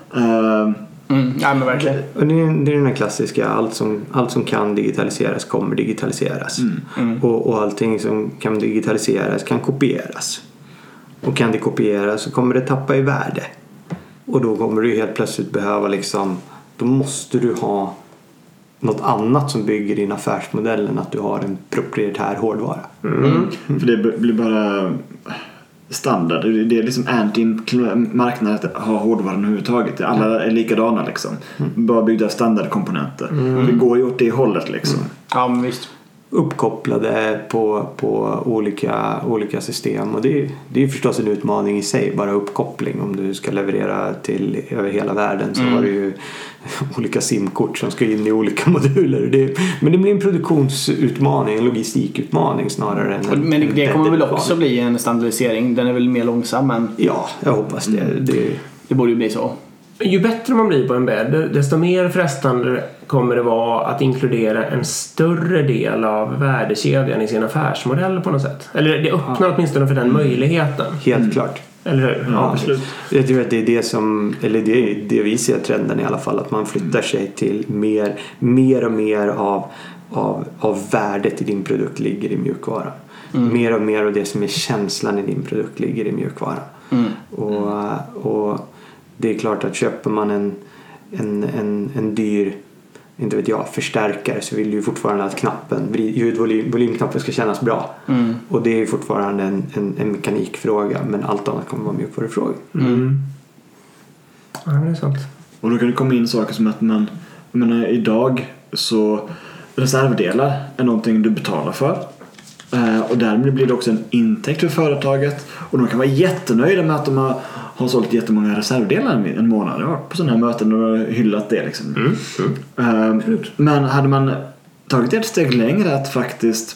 [SPEAKER 1] Ja, men verkligen.
[SPEAKER 3] Och det är den här klassiska, allt som kan digitaliseras kommer digitaliseras. Och allting som kan digitaliseras kan kopieras. Och kan det kopieras så kommer det tappa i värde. Och då kommer du helt plötsligt behöva då måste du ha något annat som bygger din affärsmodell än att du har en proprietär hårdvara.
[SPEAKER 4] För det blir bara standard. Det är liksom anti-marknaden att ha hårdvaran överhuvudtaget. Alla är likadana liksom. Bara byggda standardkomponenter. Det går ju åt det hållet liksom.
[SPEAKER 1] Ja, men visst.
[SPEAKER 3] Uppkopplade på olika system, och det är förstås en utmaning i sig, bara uppkoppling. Om du ska leverera till över hela världen så har du ju olika simkort som ska in i olika moduler. Men det blir en produktionsutmaning, en logistikutmaning snarare än
[SPEAKER 1] men det kommer väl också bli en standardisering. Den är väl mer långsam, men
[SPEAKER 3] ja, jag hoppas
[SPEAKER 1] det borde ju bli så.
[SPEAKER 2] Ju bättre man blir på en bädd, desto mer frestande kommer det vara att inkludera en större del av värdekedjan i sin affärsmodell på något sätt. Eller det öppnar åtminstone för den möjligheten.
[SPEAKER 3] Helt klart.
[SPEAKER 2] Eller hur?
[SPEAKER 3] Ja, absolut. Jag tror att det är det som, eller det är det vi ser trenden i alla fall, att man flyttar sig till mer och mer av värdet i din produkt ligger i mjukvara. Mer och mer av det som är känslan i din produkt ligger i mjukvara. Och det är klart att köper man en dyr, inte vet jag, förstärkare, så vill du ju fortfarande att ljudvolymknappen ska kännas bra. Och det är fortfarande en mekanikfråga, men allt annat kommer vara mjukvarufråga.
[SPEAKER 2] Ja, det är sant.
[SPEAKER 4] Och då kan det komma in saker som att man, jag menar, idag så reservdelar är någonting du betalar för. Och därmed blir det också en intäkt för företaget. Och de kan vara jättenöjda med att de har sålt jättemånga reservdelar en månad. Jag har varit på sådana här möten och hyllat det liksom. Men hade man tagit ett steg längre att faktiskt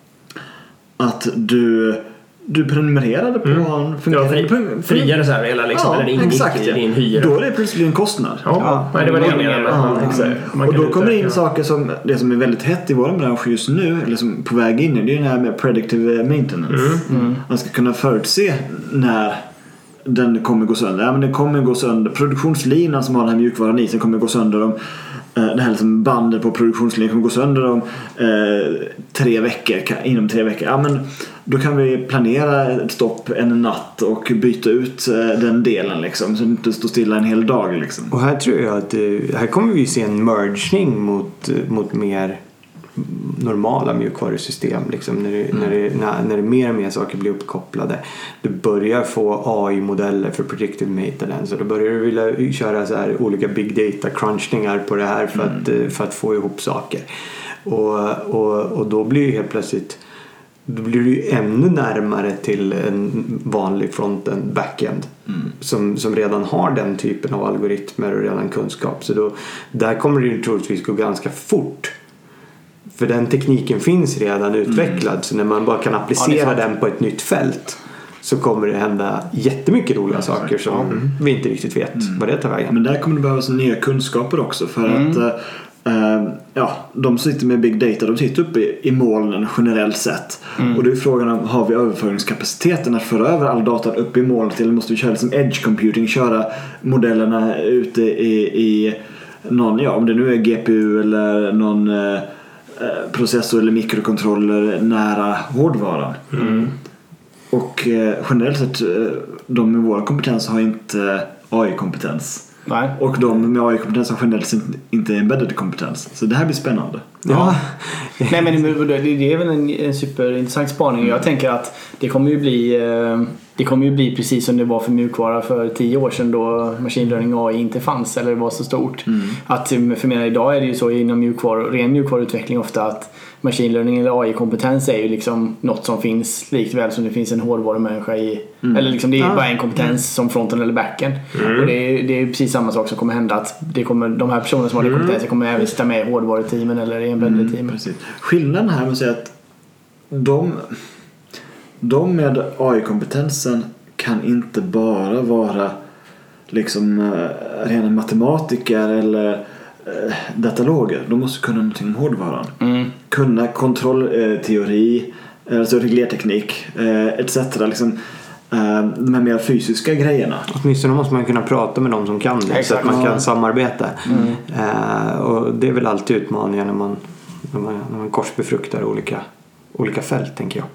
[SPEAKER 4] att du prenumererade på en fungerande
[SPEAKER 2] fria reservdelar liksom, eller ingick i din hyra.
[SPEAKER 4] Då är det plötsligt en kostnad.
[SPEAKER 2] Nej, det var det jag menade.
[SPEAKER 4] Och då kommer det in saker som det som är väldigt hett i vår bransch just nu, eller som på väg in, det är det här med predictive maintenance. Man ska kunna förutse när den kommer gå sönder. Ja, men den kommer gå sönder. Produktionslinan som har den här mjukvaran i sig kommer gå sönder om det här liksom bandet på produktionslinjen kommer gå sönder om 3 veckor, inom 3 veckor. Ja, men då kan vi planera ett stopp en natt och byta ut den delen liksom, så det inte står stilla en hel dag liksom.
[SPEAKER 3] Och här tror jag att här kommer vi se en merging mot mer normala mjukvarusystem liksom, när det mer och mer saker blir uppkopplade. Du börjar få AI-modeller för predictive maintenance, och då börjar du vilja köra så här olika big data crunchningar på det här för att få ihop saker. Och då blir ju helt plötsligt du ju ännu närmare till en vanlig front-end back-end som redan har den typen av algoritmer och redan kunskap. Så där kommer det ju troligtvis gå ganska fort. För den tekniken finns redan utvecklad, så när man bara kan applicera den på ett nytt fält så kommer det hända jättemycket roliga saker som vi inte riktigt vet vad det tar vägen.
[SPEAKER 4] Men där kommer det behövas nya kunskaper också, för att de som sitter med big data, de sitter uppe i molnen generellt sett. Och då är frågan om, har vi överföringskapaciteten att föra över all data upp i molnet, eller måste vi köra som edge computing, köra modellerna ute i någon, om det nu är GPU eller någon processor eller mikrokontroller nära hårdvaran. Och generellt sett de med vår kompetens har inte AI-kompetens.
[SPEAKER 1] Nej.
[SPEAKER 4] Och de med AI-kompetens har generellt inte embedded kompetens. Så det här blir spännande.
[SPEAKER 1] Ja. Nej, men det är väl en superintressant spaning. Jag tänker att det kommer ju bli precis som det var för mjukvara för 10 år sedan, då machine learning AI inte fanns eller var så stort. Att för mig idag är det ju så inom ren mjukvaruutveckling ofta att machine learning eller AI-kompetens är ju liksom något som finns likväl som det finns en hårdvarumänniska i. Eller liksom det är bara en kompetens som fronten eller backen. Och det är precis samma sak som kommer hända, att de här personerna som har det kompetensen kommer även sitta med i hårdvaruteamen eller i embedded-teamen.
[SPEAKER 4] Skillnaden här med att säga att de med AI-kompetensen kan inte bara vara liksom rena matematiker eller dataloger. De måste kunna någonting om hårdvaran. Kunna kontrollteori, alltså reglerteknik etc. Liksom, de här mer fysiska grejerna.
[SPEAKER 3] Åtminstone måste man kunna prata med dem som kan det. Exakt. Så att man kan samarbeta. Och det är väl alltid utmaningar när man korsbefruktar olika fält, tänker jag.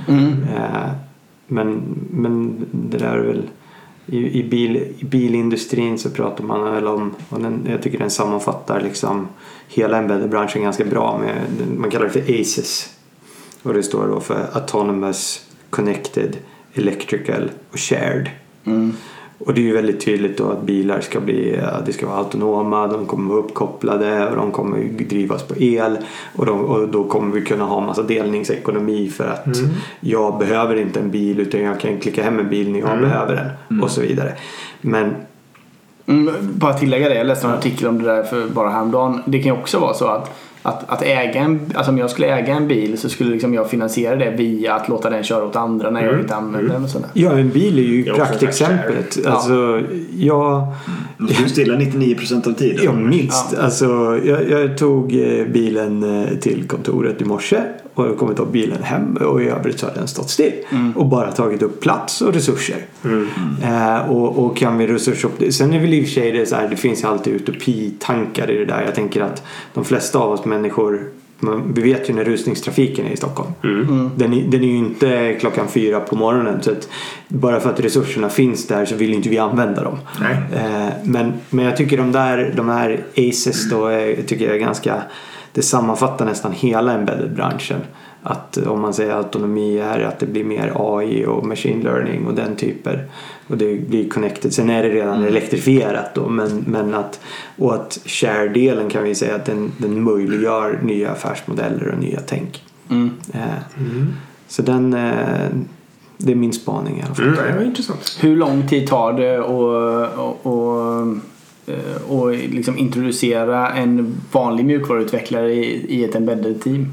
[SPEAKER 3] Men det där är väl i bilindustrin så pratar man väl om, och jag tycker den sammanfattar liksom hela embedded-branschen ganska bra med, man kallar det för ACES, och det står då för Autonomous, Connected, Electrical och Shared. Och det är ju väldigt tydligt då att bilar det ska vara autonoma, de kommer vara uppkopplade och de kommer drivas på el, och då kommer vi kunna ha massa delningsekonomi för att jag behöver inte en bil utan jag kan klicka hem en bil när jag behöver den och så vidare. Men
[SPEAKER 1] bara tillägga det, jag läste en artikel om det där för bara häromdagen. Det kan ju också vara så att äga alltså om jag skulle äga en bil så skulle liksom jag finansiera det via att låta den köra åt andra när jag inte använder den och sådär.
[SPEAKER 3] Ja, en bil är ju praktexemplet. Alltså,
[SPEAKER 4] Du står stilla 99% av tiden.
[SPEAKER 3] Ja, minst. Ja. Alltså, jag tog bilen till kontoret i morse och jag kommit av bilen hem, och i övrigt så har den stått still och bara tagit upp plats och resurser. Och kan vi resurser upp det. Sen är väl i och för sig det så här, det finns ju alltid utopitankar i det där. Jag tänker att de flesta av oss människor, vi vet ju när rusningstrafiken är i Stockholm. Den är ju inte 4:00 på morgonen, så att bara för att resurserna finns där så vill inte vi använda dem. Men jag tycker de här ACES då tycker jag är ganska, det sammanfattar nästan hela embedded-branschen. att om man säger autonomi är att det blir mer AI och machine learning och den typer, och det blir connected. Sen är det redan elektrifierat då, men att share-delen kan vi säga att den möjliggör nya affärsmodeller och nya tänk. Så det är min spaning i alla fall.
[SPEAKER 2] Det var intressant.
[SPEAKER 1] Hur lång tid tar det och liksom introducera en vanlig mjukvaruutvecklare i ett embedded team?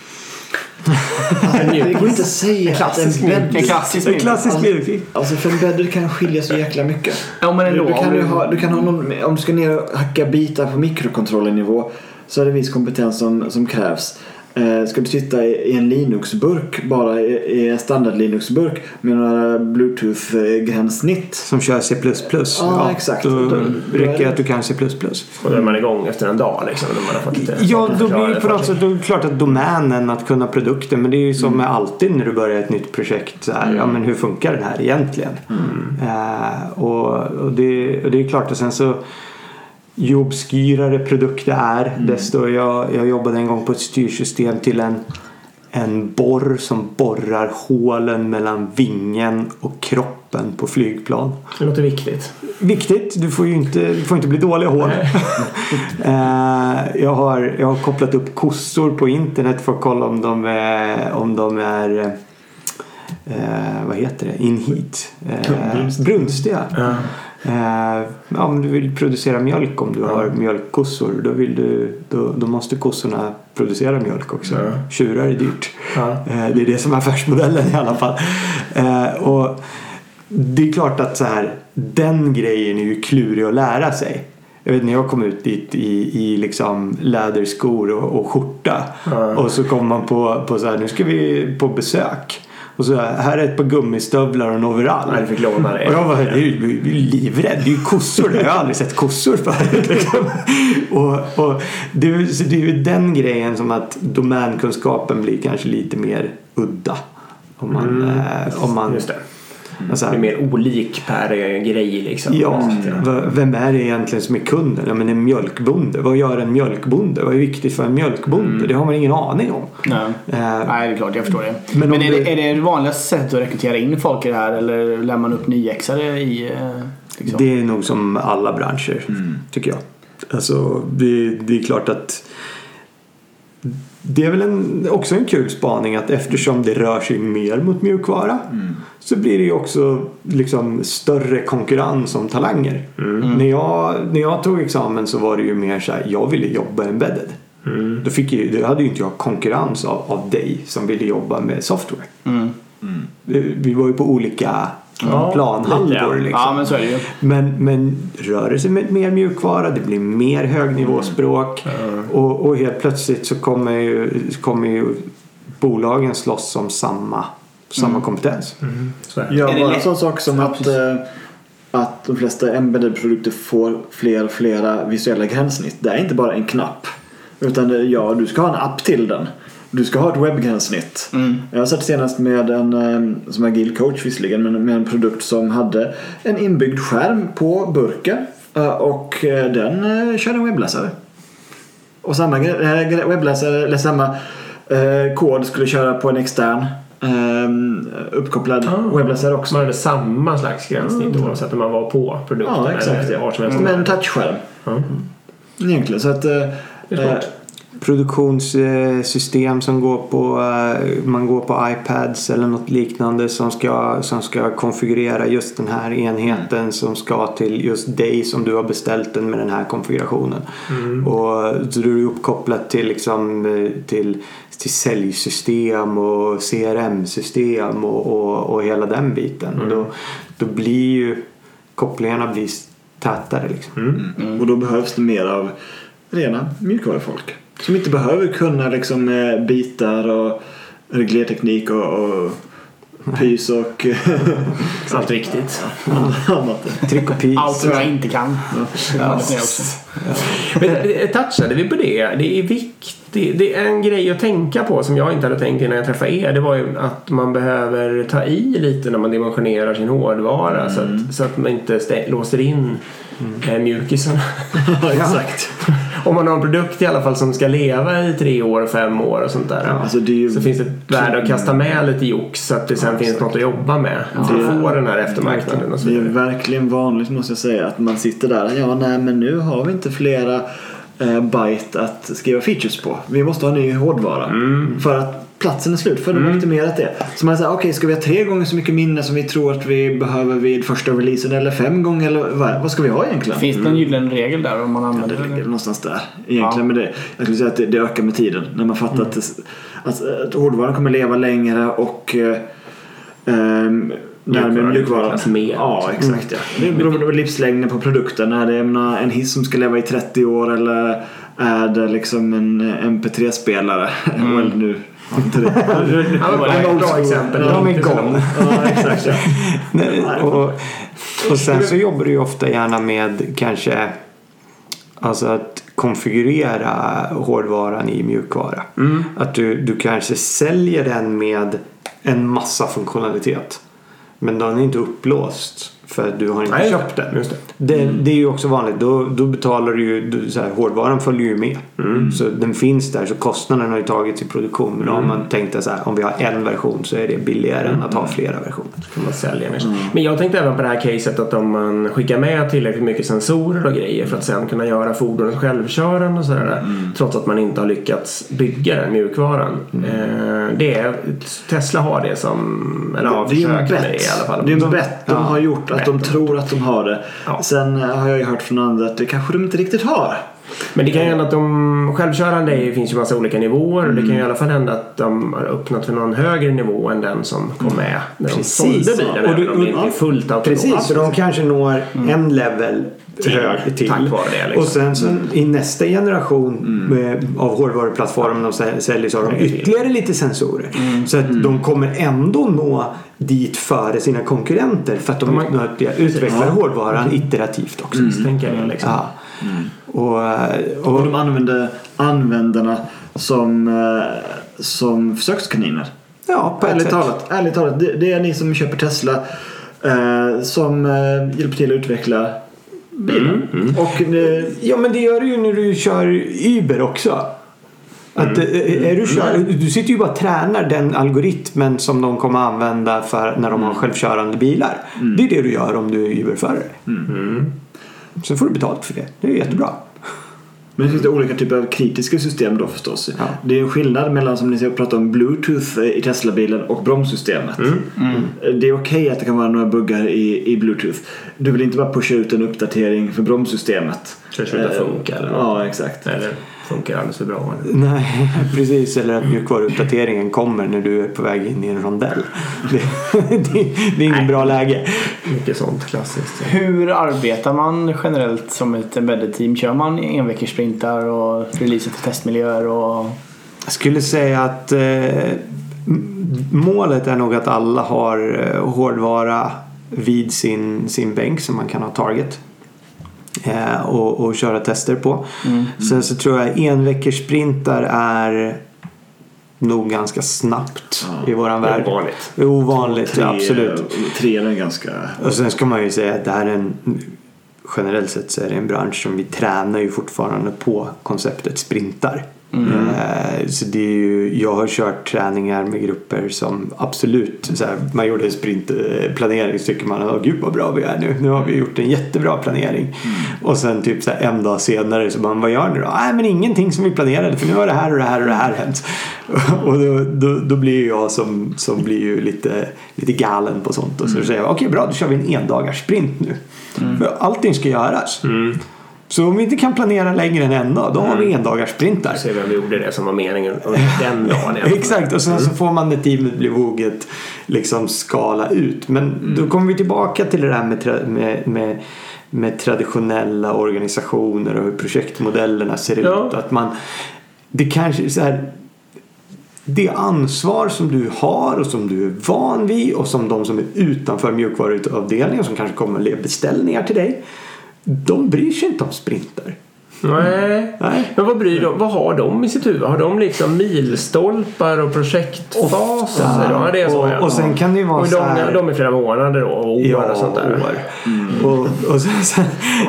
[SPEAKER 4] Det går inte att säga
[SPEAKER 1] en klassisk mjukvara.
[SPEAKER 4] Alltså för embedded kan skilja så jäkla mycket.
[SPEAKER 1] Ja, men ändå,
[SPEAKER 4] du kan ha någon, om du ska ner och hacka bitar på mikrokontrollernivå, så är det viss kompetens som krävs. Ska du sitta i en Linux-burk, bara i en standard Linux-burk med några Bluetooth-gränssnitt
[SPEAKER 3] som kör C++.
[SPEAKER 4] Ja, exakt.
[SPEAKER 3] Då räcker att du kan C++.
[SPEAKER 2] Och då är man igång efter en dag liksom, när man har fått lite.
[SPEAKER 3] Ja, då blir det på något sätt, då är det klart att domänen att kunna produkten, men det är ju som med alltid när du börjar ett nytt projekt så här, ja men hur funkar den här egentligen? Och det är klart, och sen så ju obskyrare produkt det är, desto jag jobbade en gång på ett styrsystem till en borr som borrar hålen mellan vingen och kroppen på flygplan.
[SPEAKER 2] Det låter viktigt.
[SPEAKER 3] Viktigt, du får inte bli dåliga hål. Jag har kopplat upp kossor på internet för att kolla om de är vad heter det? In heat. Brunstiga. Om du vill producera mjölk, om du har mjölkkossor, då måste kossorna producera mjölk också. Tjurar är dyrt. Det är det som är affärsmodellen i alla fall. Och det är klart att så här, den grejen är ju klurig att lära sig. Jag vet när jag kom ut dit i liksom läderskor och skjorta, och så kom man på så här, nu ska vi på besök. Och så här är ett par gummistövlar och en overall.
[SPEAKER 2] Nej, fick låna det.
[SPEAKER 3] Och jag var livrädd. Det är ju kossor där. Jag har aldrig sett kossor förut. Liksom. Och det är ju den grejen som att domänkunskapen blir kanske lite mer udda. Om man
[SPEAKER 2] just det.
[SPEAKER 3] Alltså,
[SPEAKER 2] det är mer olik per grej liksom.
[SPEAKER 3] Ja, vem är det egentligen som är kunden? Ja, men en mjölkbonde. Vad gör en mjölkbonde? Vad är viktigt för en mjölkbonde? Det har man ingen aning om.
[SPEAKER 1] Nej, det är klart, jag förstår det. Men är det vanligaste sättet att rekrytera in folk i det här, eller lär man upp nyexare i liksom?
[SPEAKER 3] Det är nog som alla branscher, tycker jag. Alltså, det är klart att det är väl också en kul spaning att eftersom det rör sig mer mot mjukvara, så blir det ju också liksom större konkurrens om talanger. När jag tog examen så var det ju mer så här, jag ville jobba embedded. Då hade ju inte jag konkurrens av dig som ville jobba med software. Vi var ju på olika planhalvor liksom.
[SPEAKER 1] Ja, men så är det ju.
[SPEAKER 3] Men rör det sig med mer mjukvara, det blir mer högnivåspråk, och helt plötsligt så kommer ju bolagen slåss om samma kompetens.
[SPEAKER 4] Ja, bara en sån sak som att de flesta embedded-produkter får flera visuella gränssnitt. Det är inte bara en knapp, utan du ska ha en app till den. Du ska ha ett webbgränssnitt. Jag har sett senast med en som agil coach visserligen, men med en produkt som hade en inbyggd skärm på burken, och den körde en webbläsare. Och samma webbläsare eller samma kod skulle köra på en extern uppkopplad webbläsare också.
[SPEAKER 2] Man hade samma slags gränssnitt oavsett om man var på produkten.
[SPEAKER 4] Ja, exakt.
[SPEAKER 2] Eller
[SPEAKER 4] med en touchskärm. Egentligen. Så att
[SPEAKER 3] produktionssystem som man går på iPads eller något liknande som ska konfigurera just den här enheten som ska till just dig som du har beställt den med den här konfigurationen. Och så är du uppkopplat till liksom till säljsystem och CRM-system och hela den biten. Och då blir ju kopplingarna blir tätare liksom.
[SPEAKER 4] Och då behövs det mer av rena mjukvarufolk som inte behöver kunna liksom bitar och reglerteknik och pys och
[SPEAKER 2] allt viktigt.
[SPEAKER 3] Tryck och pys.
[SPEAKER 1] Allt som jag inte kan.
[SPEAKER 2] Men touchade vi på det? Det är Det är en grej att tänka på som jag inte hade tänkt innan jag träffade er. Det var ju att man behöver ta i lite när man dimensionerar sin hårdvara så att man inte låser in mjukisen.
[SPEAKER 4] Exakt.
[SPEAKER 2] Om man har en produkt i alla fall som ska leva i 3 år, 5 år och sånt där.
[SPEAKER 4] Alltså
[SPEAKER 2] så finns det ett värde att kasta med lite jox så att det sen finns något att jobba med. För att få den här eftermarknaden och så vidare.
[SPEAKER 4] Det är verkligen vanligt, måste jag säga, att man sitter där. Men nu har vi inte flera byte att skriva features på. Vi måste ha ny hårdvara. För att platsen är slut, för de har optimerat det. Så man säger, okej, ska vi ha 3 gånger så mycket minne som vi tror att vi behöver vid första releasen, eller 5 gånger, eller vad ska vi ha egentligen?
[SPEAKER 1] Finns det en gyllene regel där om man använder
[SPEAKER 4] det? Ligger någonstans där egentligen, men jag skulle säga att det ökar med tiden när man fattar att hårdvaran kommer leva längre och närmare mjukvaran. Ja, exakt. Ja. Det beror på livslängden på produkten. Är det en hiss som ska leva i 30 år, eller är det liksom en MP3-spelare? Well, nu inte det.
[SPEAKER 2] Det var ett bra exempel.
[SPEAKER 3] De är gone.
[SPEAKER 4] Ja, exakt. Ja.
[SPEAKER 3] Och sen så jobbar du ju ofta gärna med kanske alltså att konfigurera hårdvaran i mjukvara. Att du kanske säljer den med en massa funktionalitet. Men den är inte upplåst för du har inte köpt den.
[SPEAKER 2] Just det.
[SPEAKER 3] Det är ju också vanligt. Då betalar du ju så här, hårdvaran följer ju med. Så den finns där, så kostnaden har ju tagits i produktion. Men om man tänkte så här, om vi har en version så är det billigare än att ha flera versioner.
[SPEAKER 2] Kan man sälja mer. Men jag tänkte även på det här caset att om man skickar med tillräckligt mycket sensorer och grejer för att sen kunna göra fordonet självkörande och sådär, trots att man inte har lyckats bygga den mjukvaran. Tesla har det som
[SPEAKER 4] det är i alla fall. Det är en bett de har gjort, att de tror att de har det. Sen har jag ju hört från andra att det kanske de inte riktigt har.
[SPEAKER 2] Men det kan ju hända att de självkörande finns ju massa olika nivåer. Och det kan ju i alla fall hända att de har öppnat för någon högre nivå än den som kom med när de sålde bilen. Och det är fullt autonomt.
[SPEAKER 3] Precis, så de kanske når en level till.
[SPEAKER 2] Tack vare det, liksom.
[SPEAKER 3] Och sen så i nästa generation av hårdvaruplattformen de säljer så har de ytterligare lite sensorer. Så att de kommer ändå nå dit före sina konkurrenter för att de utvecklar hårdvaran iterativt också.
[SPEAKER 2] Tänker jag liksom.
[SPEAKER 3] Ja.
[SPEAKER 4] Och de använder användarna som försökskaniner.
[SPEAKER 3] Ja, på
[SPEAKER 4] ärligt talat, det är ni som köper Tesla som hjälper till att utveckla bilen.
[SPEAKER 3] Ja, men det gör du ju när du kör Uber också. Att du sitter ju bara och tränar den algoritmen som de kommer att använda för när de har självkörande bilar. Det är det du gör om du är Uber-förare. Så får du betalt för det. Det är jättebra.
[SPEAKER 4] Men det finns det olika typer av kritiska system då förstås.
[SPEAKER 3] Ja.
[SPEAKER 4] Det är en skillnad mellan, som ni pratar om, Bluetooth i Tesla-bilen och bromssystemet. Det är okej att det kan vara några buggar i Bluetooth. Du vill inte bara pusha ut en uppdatering för bromssystemet.
[SPEAKER 2] Så det funkar eller något.
[SPEAKER 4] Ja, exakt.
[SPEAKER 2] Eller funkar alldeles för bra.
[SPEAKER 3] Nej, precis. Eller att mjukvaruuppdateringen kommer när du är på väg in i en rondell. Det är ingen bra läge.
[SPEAKER 2] Mycket sånt klassiskt.
[SPEAKER 1] Hur arbetar man generellt som ett embedded team? Kör man enveckorsprintar och releaser till testmiljöer?
[SPEAKER 3] Jag skulle säga att målet är nog att alla har hårdvara vid sin bänk som man kan ha target och köra tester på. Sen så tror jag enveckorsprintar är nog ganska snabbt i våran värld. Ovanligt, absolut.
[SPEAKER 4] 3 är ganska...
[SPEAKER 3] Och sen ska man ju säga att det här är generellt sett så är det en bransch som vi tränar ju fortfarande på konceptet sprintar. Så det är ju, jag har kört träningar med grupper som absolut så här, man gjorde en sprintplanering så tycker man gud vad bra vi är nu har vi gjort en jättebra planering och sen typ så här, en dag senare så man, vad gör ni då? Nej, men ingenting som vi planerade för nu har det här och det här och det här hänt. Och då blir jag som blir ju lite galen på sånt och så säger jag okej, bra, då kör vi en endagars sprint nu för allting ska göras. Så om vi inte kan planera längre än en dag, då har vi endagarssprintar.
[SPEAKER 2] Så vi gjorde det som var meningen under den dagen.
[SPEAKER 3] Exakt, och sen så får man när teamet blir våget liksom skala ut. Men då kommer vi tillbaka till det där med traditionella organisationer och hur projektmodellerna ser ut. Att man, det kanske så här, det ansvar som du har och som du är van vid och som de som är utanför mjukvaruavdelningen som kanske kommer att lägga beställningar till dig, de bryr sig inte om sprintar.
[SPEAKER 2] Nej. Men vad har de i sitt huvud? Har de liksom milstolpar och projektfaser? Ja, det är så.
[SPEAKER 3] Och sen kan det ju vara
[SPEAKER 2] och
[SPEAKER 3] så här...
[SPEAKER 2] de är flera månader och år och sånt där.
[SPEAKER 3] Och sen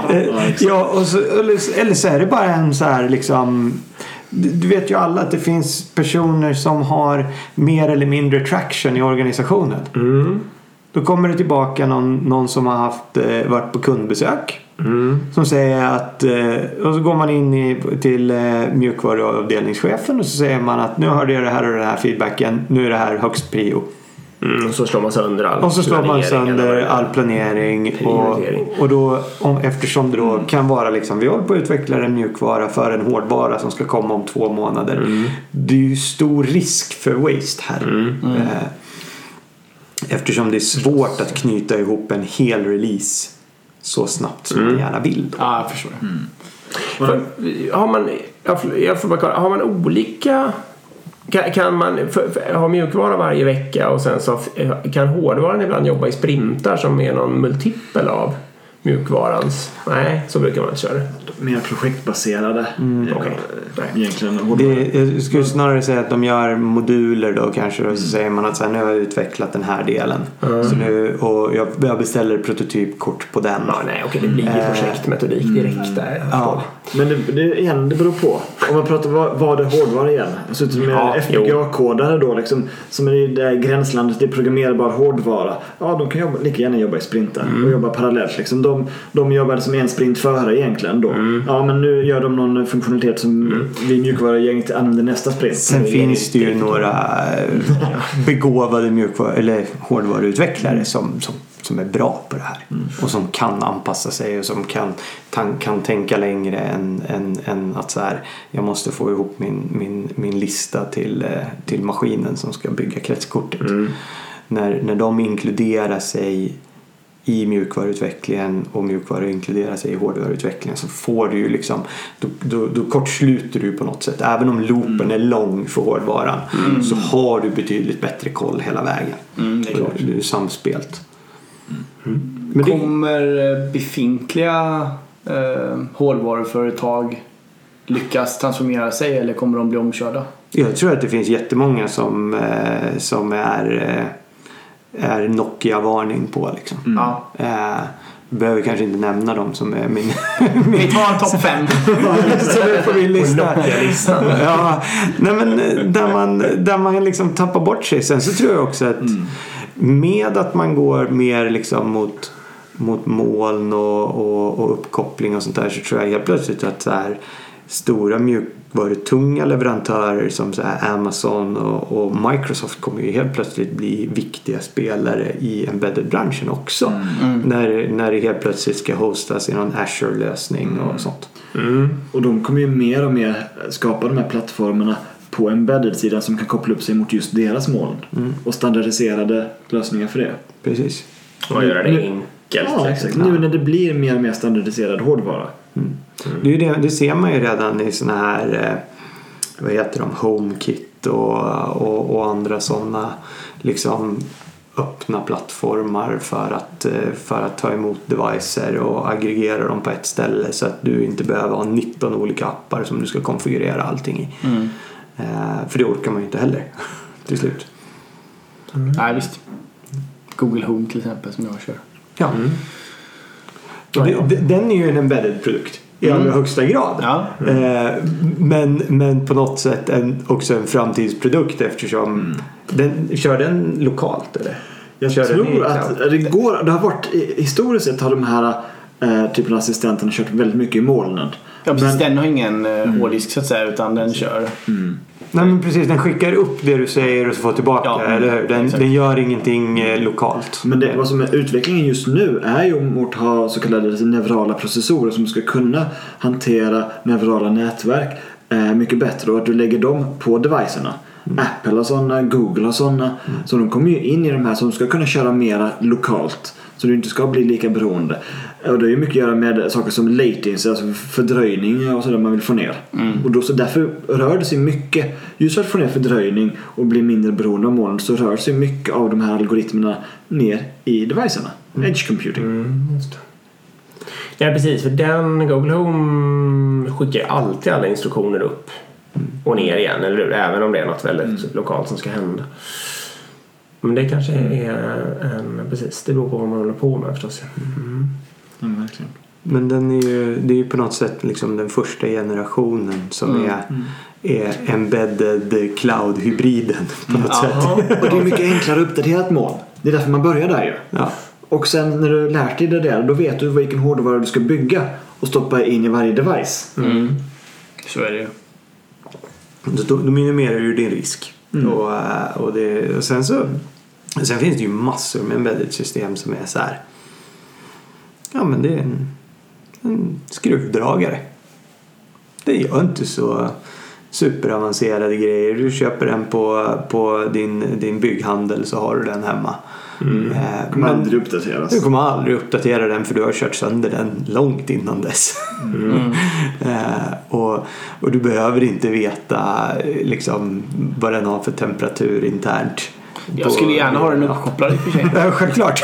[SPEAKER 3] eller så är det bara en så här liksom... Du vet ju alla att det finns personer som har mer eller mindre traction i organisationen. Då kommer det tillbaka någon som har varit på kundbesök. Som säger att och så går man in till mjukvaruavdelningschefen och så säger man att nu har det här och den här feedbacken, nu är det här högst prio.
[SPEAKER 2] Och så slår man sönder
[SPEAKER 3] all planering och då eftersom det då kan vara liksom, vi håller på att utveckla en mjukvara för en hårdvara som ska komma om 2 månader. Det är ju stor risk för waste här. Eftersom det är svårt att knyta ihop en hel release så snabbt som man gärna vill.
[SPEAKER 1] Ja, jag förstår.
[SPEAKER 2] Har man olika... Kan man ha mjukvara varje vecka och sen så kan hårdvaran ibland jobba i sprintar som är någon multipel av mjukvarans? Nej, så brukar man köra.
[SPEAKER 4] Mer projektbaserade. Egentligen.
[SPEAKER 3] Jag skulle snarare säga att de gör moduler då kanske och så säger man att så här, nu har jag utvecklat den här delen. Så nu, och jag beställer prototypkort på den.
[SPEAKER 2] Det blir ju projektmetodik direkt där.
[SPEAKER 4] Men det beror på. Om man pratar vad är hårdvara igen? Så med FPGA-kodare då liksom, som är i det gränslandet, det är programmerbar hårdvara. Ja, de kan lika gärna jobba i sprintar och jobba parallellt liksom. De jobbar som en sprint före egentligen då. Ja, men nu gör de någon funktionalitet som vi mjukvarugänget använder nästa sprint.
[SPEAKER 3] Sen finns det ju några begåvade eller hårdvaruutvecklare som är bra på det här och som kan anpassa sig och som kan tänka längre än att så här, jag måste få ihop min lista till maskinen som ska bygga kretskortet. När de inkluderar sig i mjukvaruutvecklingen och mjukvaru inkluderar sig i hårdvaruutvecklingen så får du ju liksom då kortsluter du på något sätt. Även om loopen är lång för hårdvaran så har du betydligt bättre koll hela vägen.
[SPEAKER 1] Det är klart.
[SPEAKER 3] Du är samspelt.
[SPEAKER 1] Men kommer befintliga hårdvaruföretag lyckas transformera sig eller kommer de bli omkörda?
[SPEAKER 3] Jag tror att det finns jättemånga som är Nokia-varning på liksom. Behöver kanske inte nämna dem som är
[SPEAKER 1] vi tar en topp 5
[SPEAKER 3] som är på min lista. Där man liksom tappar bort sig. Sen så tror jag också att med att man går mer liksom mot moln och uppkoppling och sånt där, så tror jag helt plötsligt att så här stora mjukvarutunga leverantörer som så här Amazon och Microsoft kommer ju helt plötsligt bli viktiga spelare i embedded-branschen också. När det helt plötsligt ska hostas i någon Azure-lösning och sånt.
[SPEAKER 4] Och de kommer ju mer och mer skapa de här plattformarna på embedded-sidan som kan koppla upp sig mot just deras moln och standardiserade lösningar för det.
[SPEAKER 3] Precis.
[SPEAKER 2] Och göra det enkelt.
[SPEAKER 4] Ja, exakt. Nu när det blir mer och mer standardiserad hårdvara.
[SPEAKER 3] Det ser man ju redan i såna här vad heter de, HomeKit och andra sådana liksom öppna plattformar för att ta emot devicer och aggregera dem på ett ställe så att du inte behöver ha 19 olika appar som du ska konfigurera allting i. För det orkar man ju inte heller till slut.
[SPEAKER 1] Nej, visst. Google Home till exempel som jag kör.
[SPEAKER 3] Ja. Den är ju en embedded-produkt i allra högsta grad. Men på något sätt också en framtidsprodukt eftersom kör den lokalt eller?
[SPEAKER 4] Jag tror att det har varit historiskt sett har de här typen av assistenterna kört väldigt mycket i molnen.
[SPEAKER 1] Ja, precis. Den har ingen hårddisk så att säga utan den kör.
[SPEAKER 3] Nej, men precis, den skickar upp det du säger och så får tillbaka, eller hur? Den gör ingenting lokalt.
[SPEAKER 4] Men vad som är utvecklingen just nu är ju att ha så kallade neurala processorer som ska kunna hantera neurala nätverk mycket bättre och att du lägger dem på devicerna. Apple har sådana, Google har sådana. Så de kommer ju in i de här som ska kunna köra mera lokalt. Så du inte ska bli lika beroende. Och det är ju mycket att göra med saker som latency, alltså fördröjning och sådär man vill få ner. Och då så därför rör det sig mycket, just för att få ner fördröjning och bli mindre beroende av moln, så rör sig mycket av de här algoritmerna ner i devicerna. Edge computing.
[SPEAKER 2] Just det. Ja, precis. För den Google Home skickar ju alltid alla instruktioner upp och ner igen, eller hur? Även om det är något väldigt lokalt som ska hända. Men det kanske är precis, det beror på vad man håller på med förstås.
[SPEAKER 4] Verkligen.
[SPEAKER 3] Men det är ju på något sätt liksom den första generationen som är embedded cloud-hybriden på något sätt.
[SPEAKER 4] Och det är mycket enklare uppdaterat moln. Det är därför man börjar där ju.
[SPEAKER 3] Ja. Och
[SPEAKER 4] sen när du lärt dig det där, då vet du vilken hårdvara du ska bygga och stoppa in i varje device.
[SPEAKER 1] Så är det ju.
[SPEAKER 3] Då minimerar du din risk. Och sen finns det ju massor med embedded system som är så här. Ja, men det är en skruvdragare. Det gör inte så superavancerade grejer. Du köper den på din bygghandel, så har du den hemma.
[SPEAKER 4] Kommer aldrig uppdateras.
[SPEAKER 3] Du kommer aldrig uppdatera den, för du har kört sönder den långt innan dess. Och du behöver inte veta liksom vad den har för temperatur internt.
[SPEAKER 1] Jag skulle gärna ha den uppkopplad i och för sig.
[SPEAKER 3] Ja, självklart.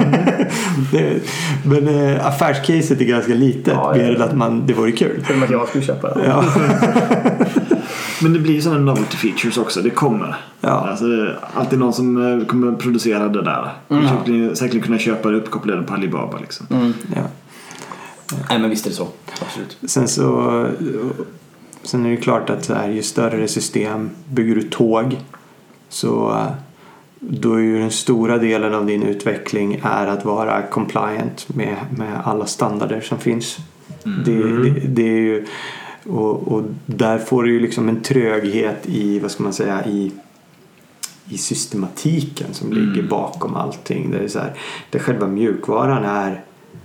[SPEAKER 3] Men affärscaset är ganska litet. Mer än att det vore kul.
[SPEAKER 1] För att jag skulle köpa den.
[SPEAKER 3] Ja.
[SPEAKER 4] Men det blir ju sådana novelty features också. Det kommer.
[SPEAKER 3] Ja.
[SPEAKER 4] Alltså, alltid någon som kommer producera det där. Säkert kunna köpa det uppkopplade på Alibaba liksom.
[SPEAKER 3] Ja.
[SPEAKER 1] Nej, men visst är det så. Absolut.
[SPEAKER 3] Sen är det klart att så här, ju större system, bygger du tåg, så då är ju den stora delen av din utveckling är att vara compliant med alla standarder som finns. Det är ju, och där får du ju liksom en tröghet i, vad ska man säga, i systematiken som ligger bakom allting. Det är så här, där själva mjukvaran är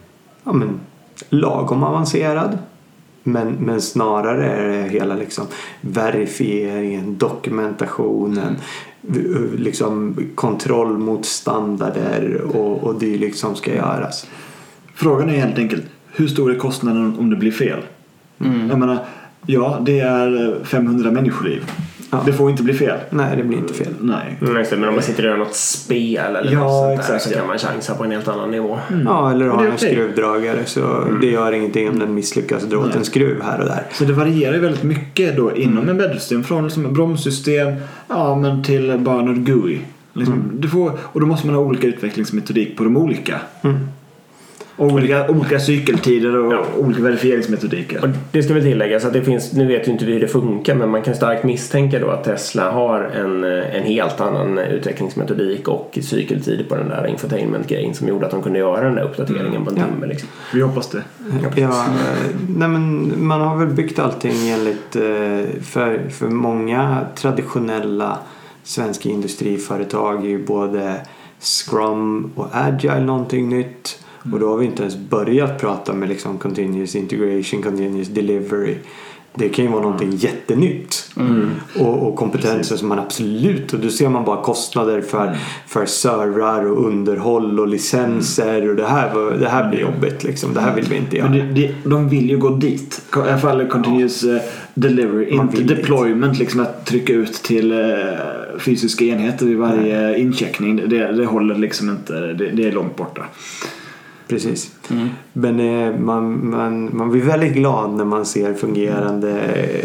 [SPEAKER 3] lagom avancerad. Men snarare är det hela liksom verifieringen, dokumentationen, liksom kontroll mot standarder och det liksom ska göras.
[SPEAKER 4] Frågan är helt enkelt, hur stor är kostnaden om det blir fel? Jag menar, det är 500 människoliv. Ja. Det får inte bli fel.
[SPEAKER 3] Nej, det blir inte fel.
[SPEAKER 4] Nej.
[SPEAKER 2] Men om man sitter och gör något spel eller något sånt där, så kan man chansa på en helt annan nivå.
[SPEAKER 3] Ja, eller ha en skruvdragare, så det gör ingenting om den misslyckas dra åt en skruv här och där.
[SPEAKER 4] Så det varierar ju väldigt mycket då inom en bäddsystem, från liksom ett bromssystem men till bara något GUI. Liksom, och då måste man ha olika utvecklingsmetodik på de olika. Olika cykeltider och olika verifieringsmetodiker.
[SPEAKER 2] Och det ska väl tilläggas att det finns, nu vet ju inte vi hur det funkar, men man kan starkt misstänka då att Tesla har en helt annan utvecklingsmetodik och cykeltid på den där infotainment-grejen som gjorde att de kunde göra den där uppdateringen på en timme. Liksom.
[SPEAKER 4] Vi hoppas det.
[SPEAKER 3] Nej, men man har väl byggt allting enligt för många traditionella svenska industriföretag är ju både Scrum och Agile någonting nytt. Och då har vi inte ens börjat prata med liksom continuous integration, continuous delivery. Det kan ju vara någonting jättenytt. Och kompetenser som man absolut, och då ser man bara kostnader för servrar och underhåll och licenser och det här blir jobbigt liksom. Det här vill vi inte göra.
[SPEAKER 4] Men de vill ju gå dit. I alla fall continuous delivery, inte deployment liksom, att trycka ut till fysiska enheter vid varje incheckning. Det håller liksom inte, det är långt borta.
[SPEAKER 3] Precis. Men man blir väldigt glad när man ser fungerande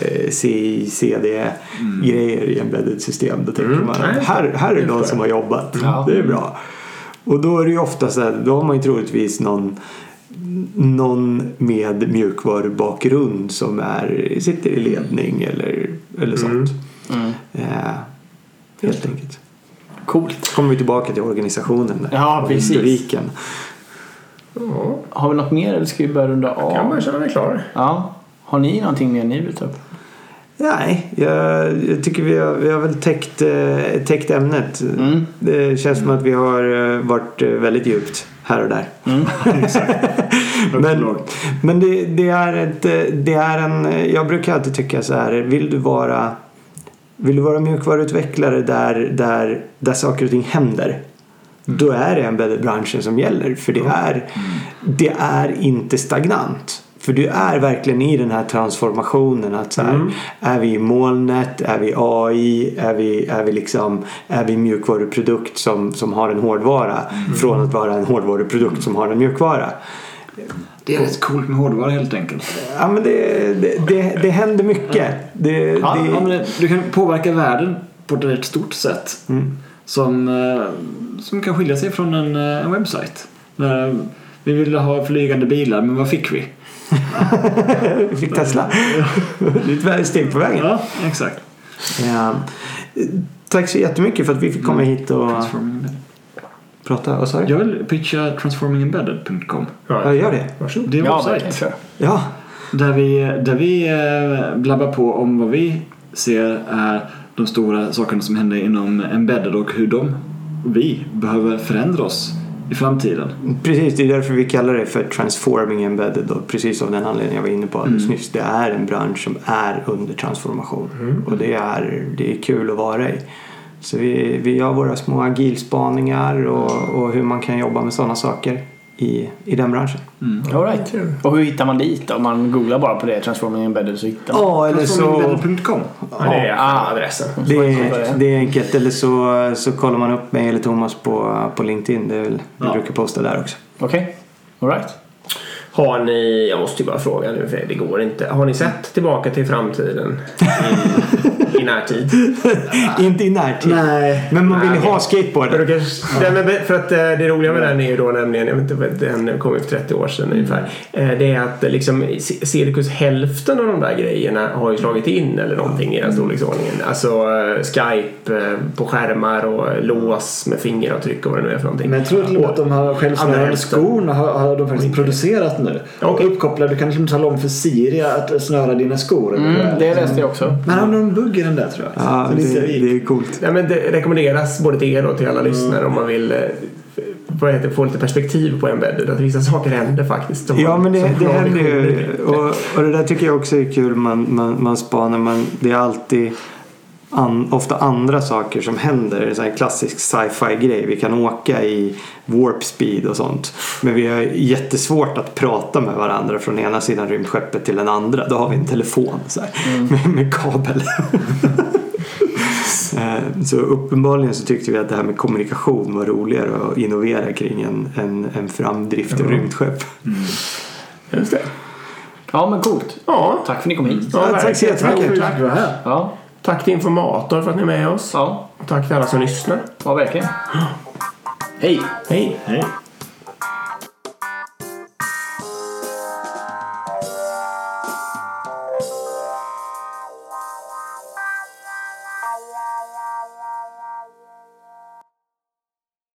[SPEAKER 3] CI/CD-grejer i embedded system. Då tänker man, här är det någon som har jobbat. Det är bra. Och då är det ju ofta så här, då har man ju troligtvis någon med mjukvarubakgrund som sitter i ledning eller sånt. Helt enkelt.
[SPEAKER 1] Coolt.
[SPEAKER 3] Kommer vi tillbaka till organisationen där.
[SPEAKER 1] Ja, precis.
[SPEAKER 3] Historiken.
[SPEAKER 1] Har vi något mer, eller ska vi börja runda av?
[SPEAKER 2] Kan man känna mig klar?
[SPEAKER 1] Ja. Har ni någonting mer ni vill ta upp?
[SPEAKER 3] Nej, jag tycker vi har väl täckt ämnet. Det känns som att vi har varit väldigt djupt här och där. Men det är en, jag brukar alltid tycka så här, vill du vara mjukvaruutvecklare där saker och ting händer, då är det embedded-branschen som gäller. För det är inte stagnant. För du är verkligen i den här transformationen att så här, är vi i molnet, är vi AI, är vi mjukvaruprodukt som har en hårdvara från att vara en hårdvaruprodukt som har en mjukvara.
[SPEAKER 4] Det är rätt coolt med hårdvara helt enkelt.
[SPEAKER 3] Ja, men det händer mycket.
[SPEAKER 4] Men du kan påverka världen på ett rätt stort sätt. Som kan skilja sig från en webbsajt. Vi ville ha flygande bilar, men vad fick vi?
[SPEAKER 3] Vi fick Tesla. Det är ett väldigt steg på vägen.
[SPEAKER 4] Ja, exakt.
[SPEAKER 3] Ja. Tack så jättemycket för att vi fick komma hit och prata. Vad sa du?
[SPEAKER 4] Jag vill pitcha transformingembedded.com.
[SPEAKER 3] Ja, gör det.
[SPEAKER 4] Varsågod. Det är en webbsajt.
[SPEAKER 3] Ja.
[SPEAKER 4] Där vi blabbar på om vad vi ser är de stora sakerna som händer inom embedded och hur vi behöver förändra oss i framtiden.
[SPEAKER 3] Precis, det är därför vi kallar det för transforming embedded och precis av den anledningen jag var inne på alldeles nyss. Det är en bransch som är under transformation och det är kul att vara i. Så vi gör våra små agilspaningar och hur man kan jobba med sådana saker i den branschen.
[SPEAKER 1] All right. Och hur hittar man dit? Om man googlar bara på det, Transforming Embedded, så hittar man.
[SPEAKER 3] Ja, eller så
[SPEAKER 4] transformingembedded.com.
[SPEAKER 2] Ja, det är adressen.
[SPEAKER 3] det är enkelt. Eller så kollar man upp mig eller Thomas på LinkedIn. Vi brukar posta där också.
[SPEAKER 1] Okej. All right.
[SPEAKER 2] Har ni, jag måste ju bara fråga nu för det går inte. Har ni sett Tillbaka till framtiden i närtid?
[SPEAKER 3] Inte i närtid.
[SPEAKER 4] Nej.
[SPEAKER 3] Men man vill ju ha skateboarden.
[SPEAKER 2] För att det roliga med den är ju då nämligen, jag vet inte, den kom ju för 30 år sedan ungefär. Det är att liksom cirkus hälften av de där grejerna har ju slagit in eller någonting i den storleksordningen. Alltså Skype på skärmar och lås med fingeravtryck och vad det nu är för någonting.
[SPEAKER 4] Men jag tror till och med att de har självsnörande skorna har de faktiskt producerat nu. Okay. Uppkopplade, du kan liksom tala om för Siri att snöra dina skor.
[SPEAKER 1] Det läste jag också.
[SPEAKER 4] Men har någon bugg i den där, tror jag.
[SPEAKER 3] Ja, det är coolt.
[SPEAKER 2] Ja, men det rekommenderas både till er och till alla lyssnare om man vill få lite perspektiv på embedded. Att vissa saker händer faktiskt.
[SPEAKER 3] Ja, men det händer ju. Och det där tycker jag också är kul. Man spanar. Det är alltid ofta andra saker som händer. Det är en sån här klassisk sci-fi grej. Vi kan åka i warp speed och sånt. Men vi har jättesvårt att prata med varandra från ena sidan rymdskeppet till den andra. Då har vi en telefon så här, med kabel. Så uppenbarligen så tyckte vi att det här med kommunikation var roligare att innovera kring en framdrift i rymdskepp.
[SPEAKER 2] Just det.
[SPEAKER 1] Ja, men coolt.
[SPEAKER 2] Ja.
[SPEAKER 1] Tack för att ni kom hit.
[SPEAKER 2] Ja,
[SPEAKER 3] tack så jättemycket.
[SPEAKER 4] Tack för det här.
[SPEAKER 1] Ja.
[SPEAKER 2] Tack till Informator för att ni är med oss.
[SPEAKER 1] Ja.
[SPEAKER 2] Och tack till alla som lyssnar.
[SPEAKER 1] Ja, verkligen. Hej.
[SPEAKER 2] Hej.
[SPEAKER 4] Hej.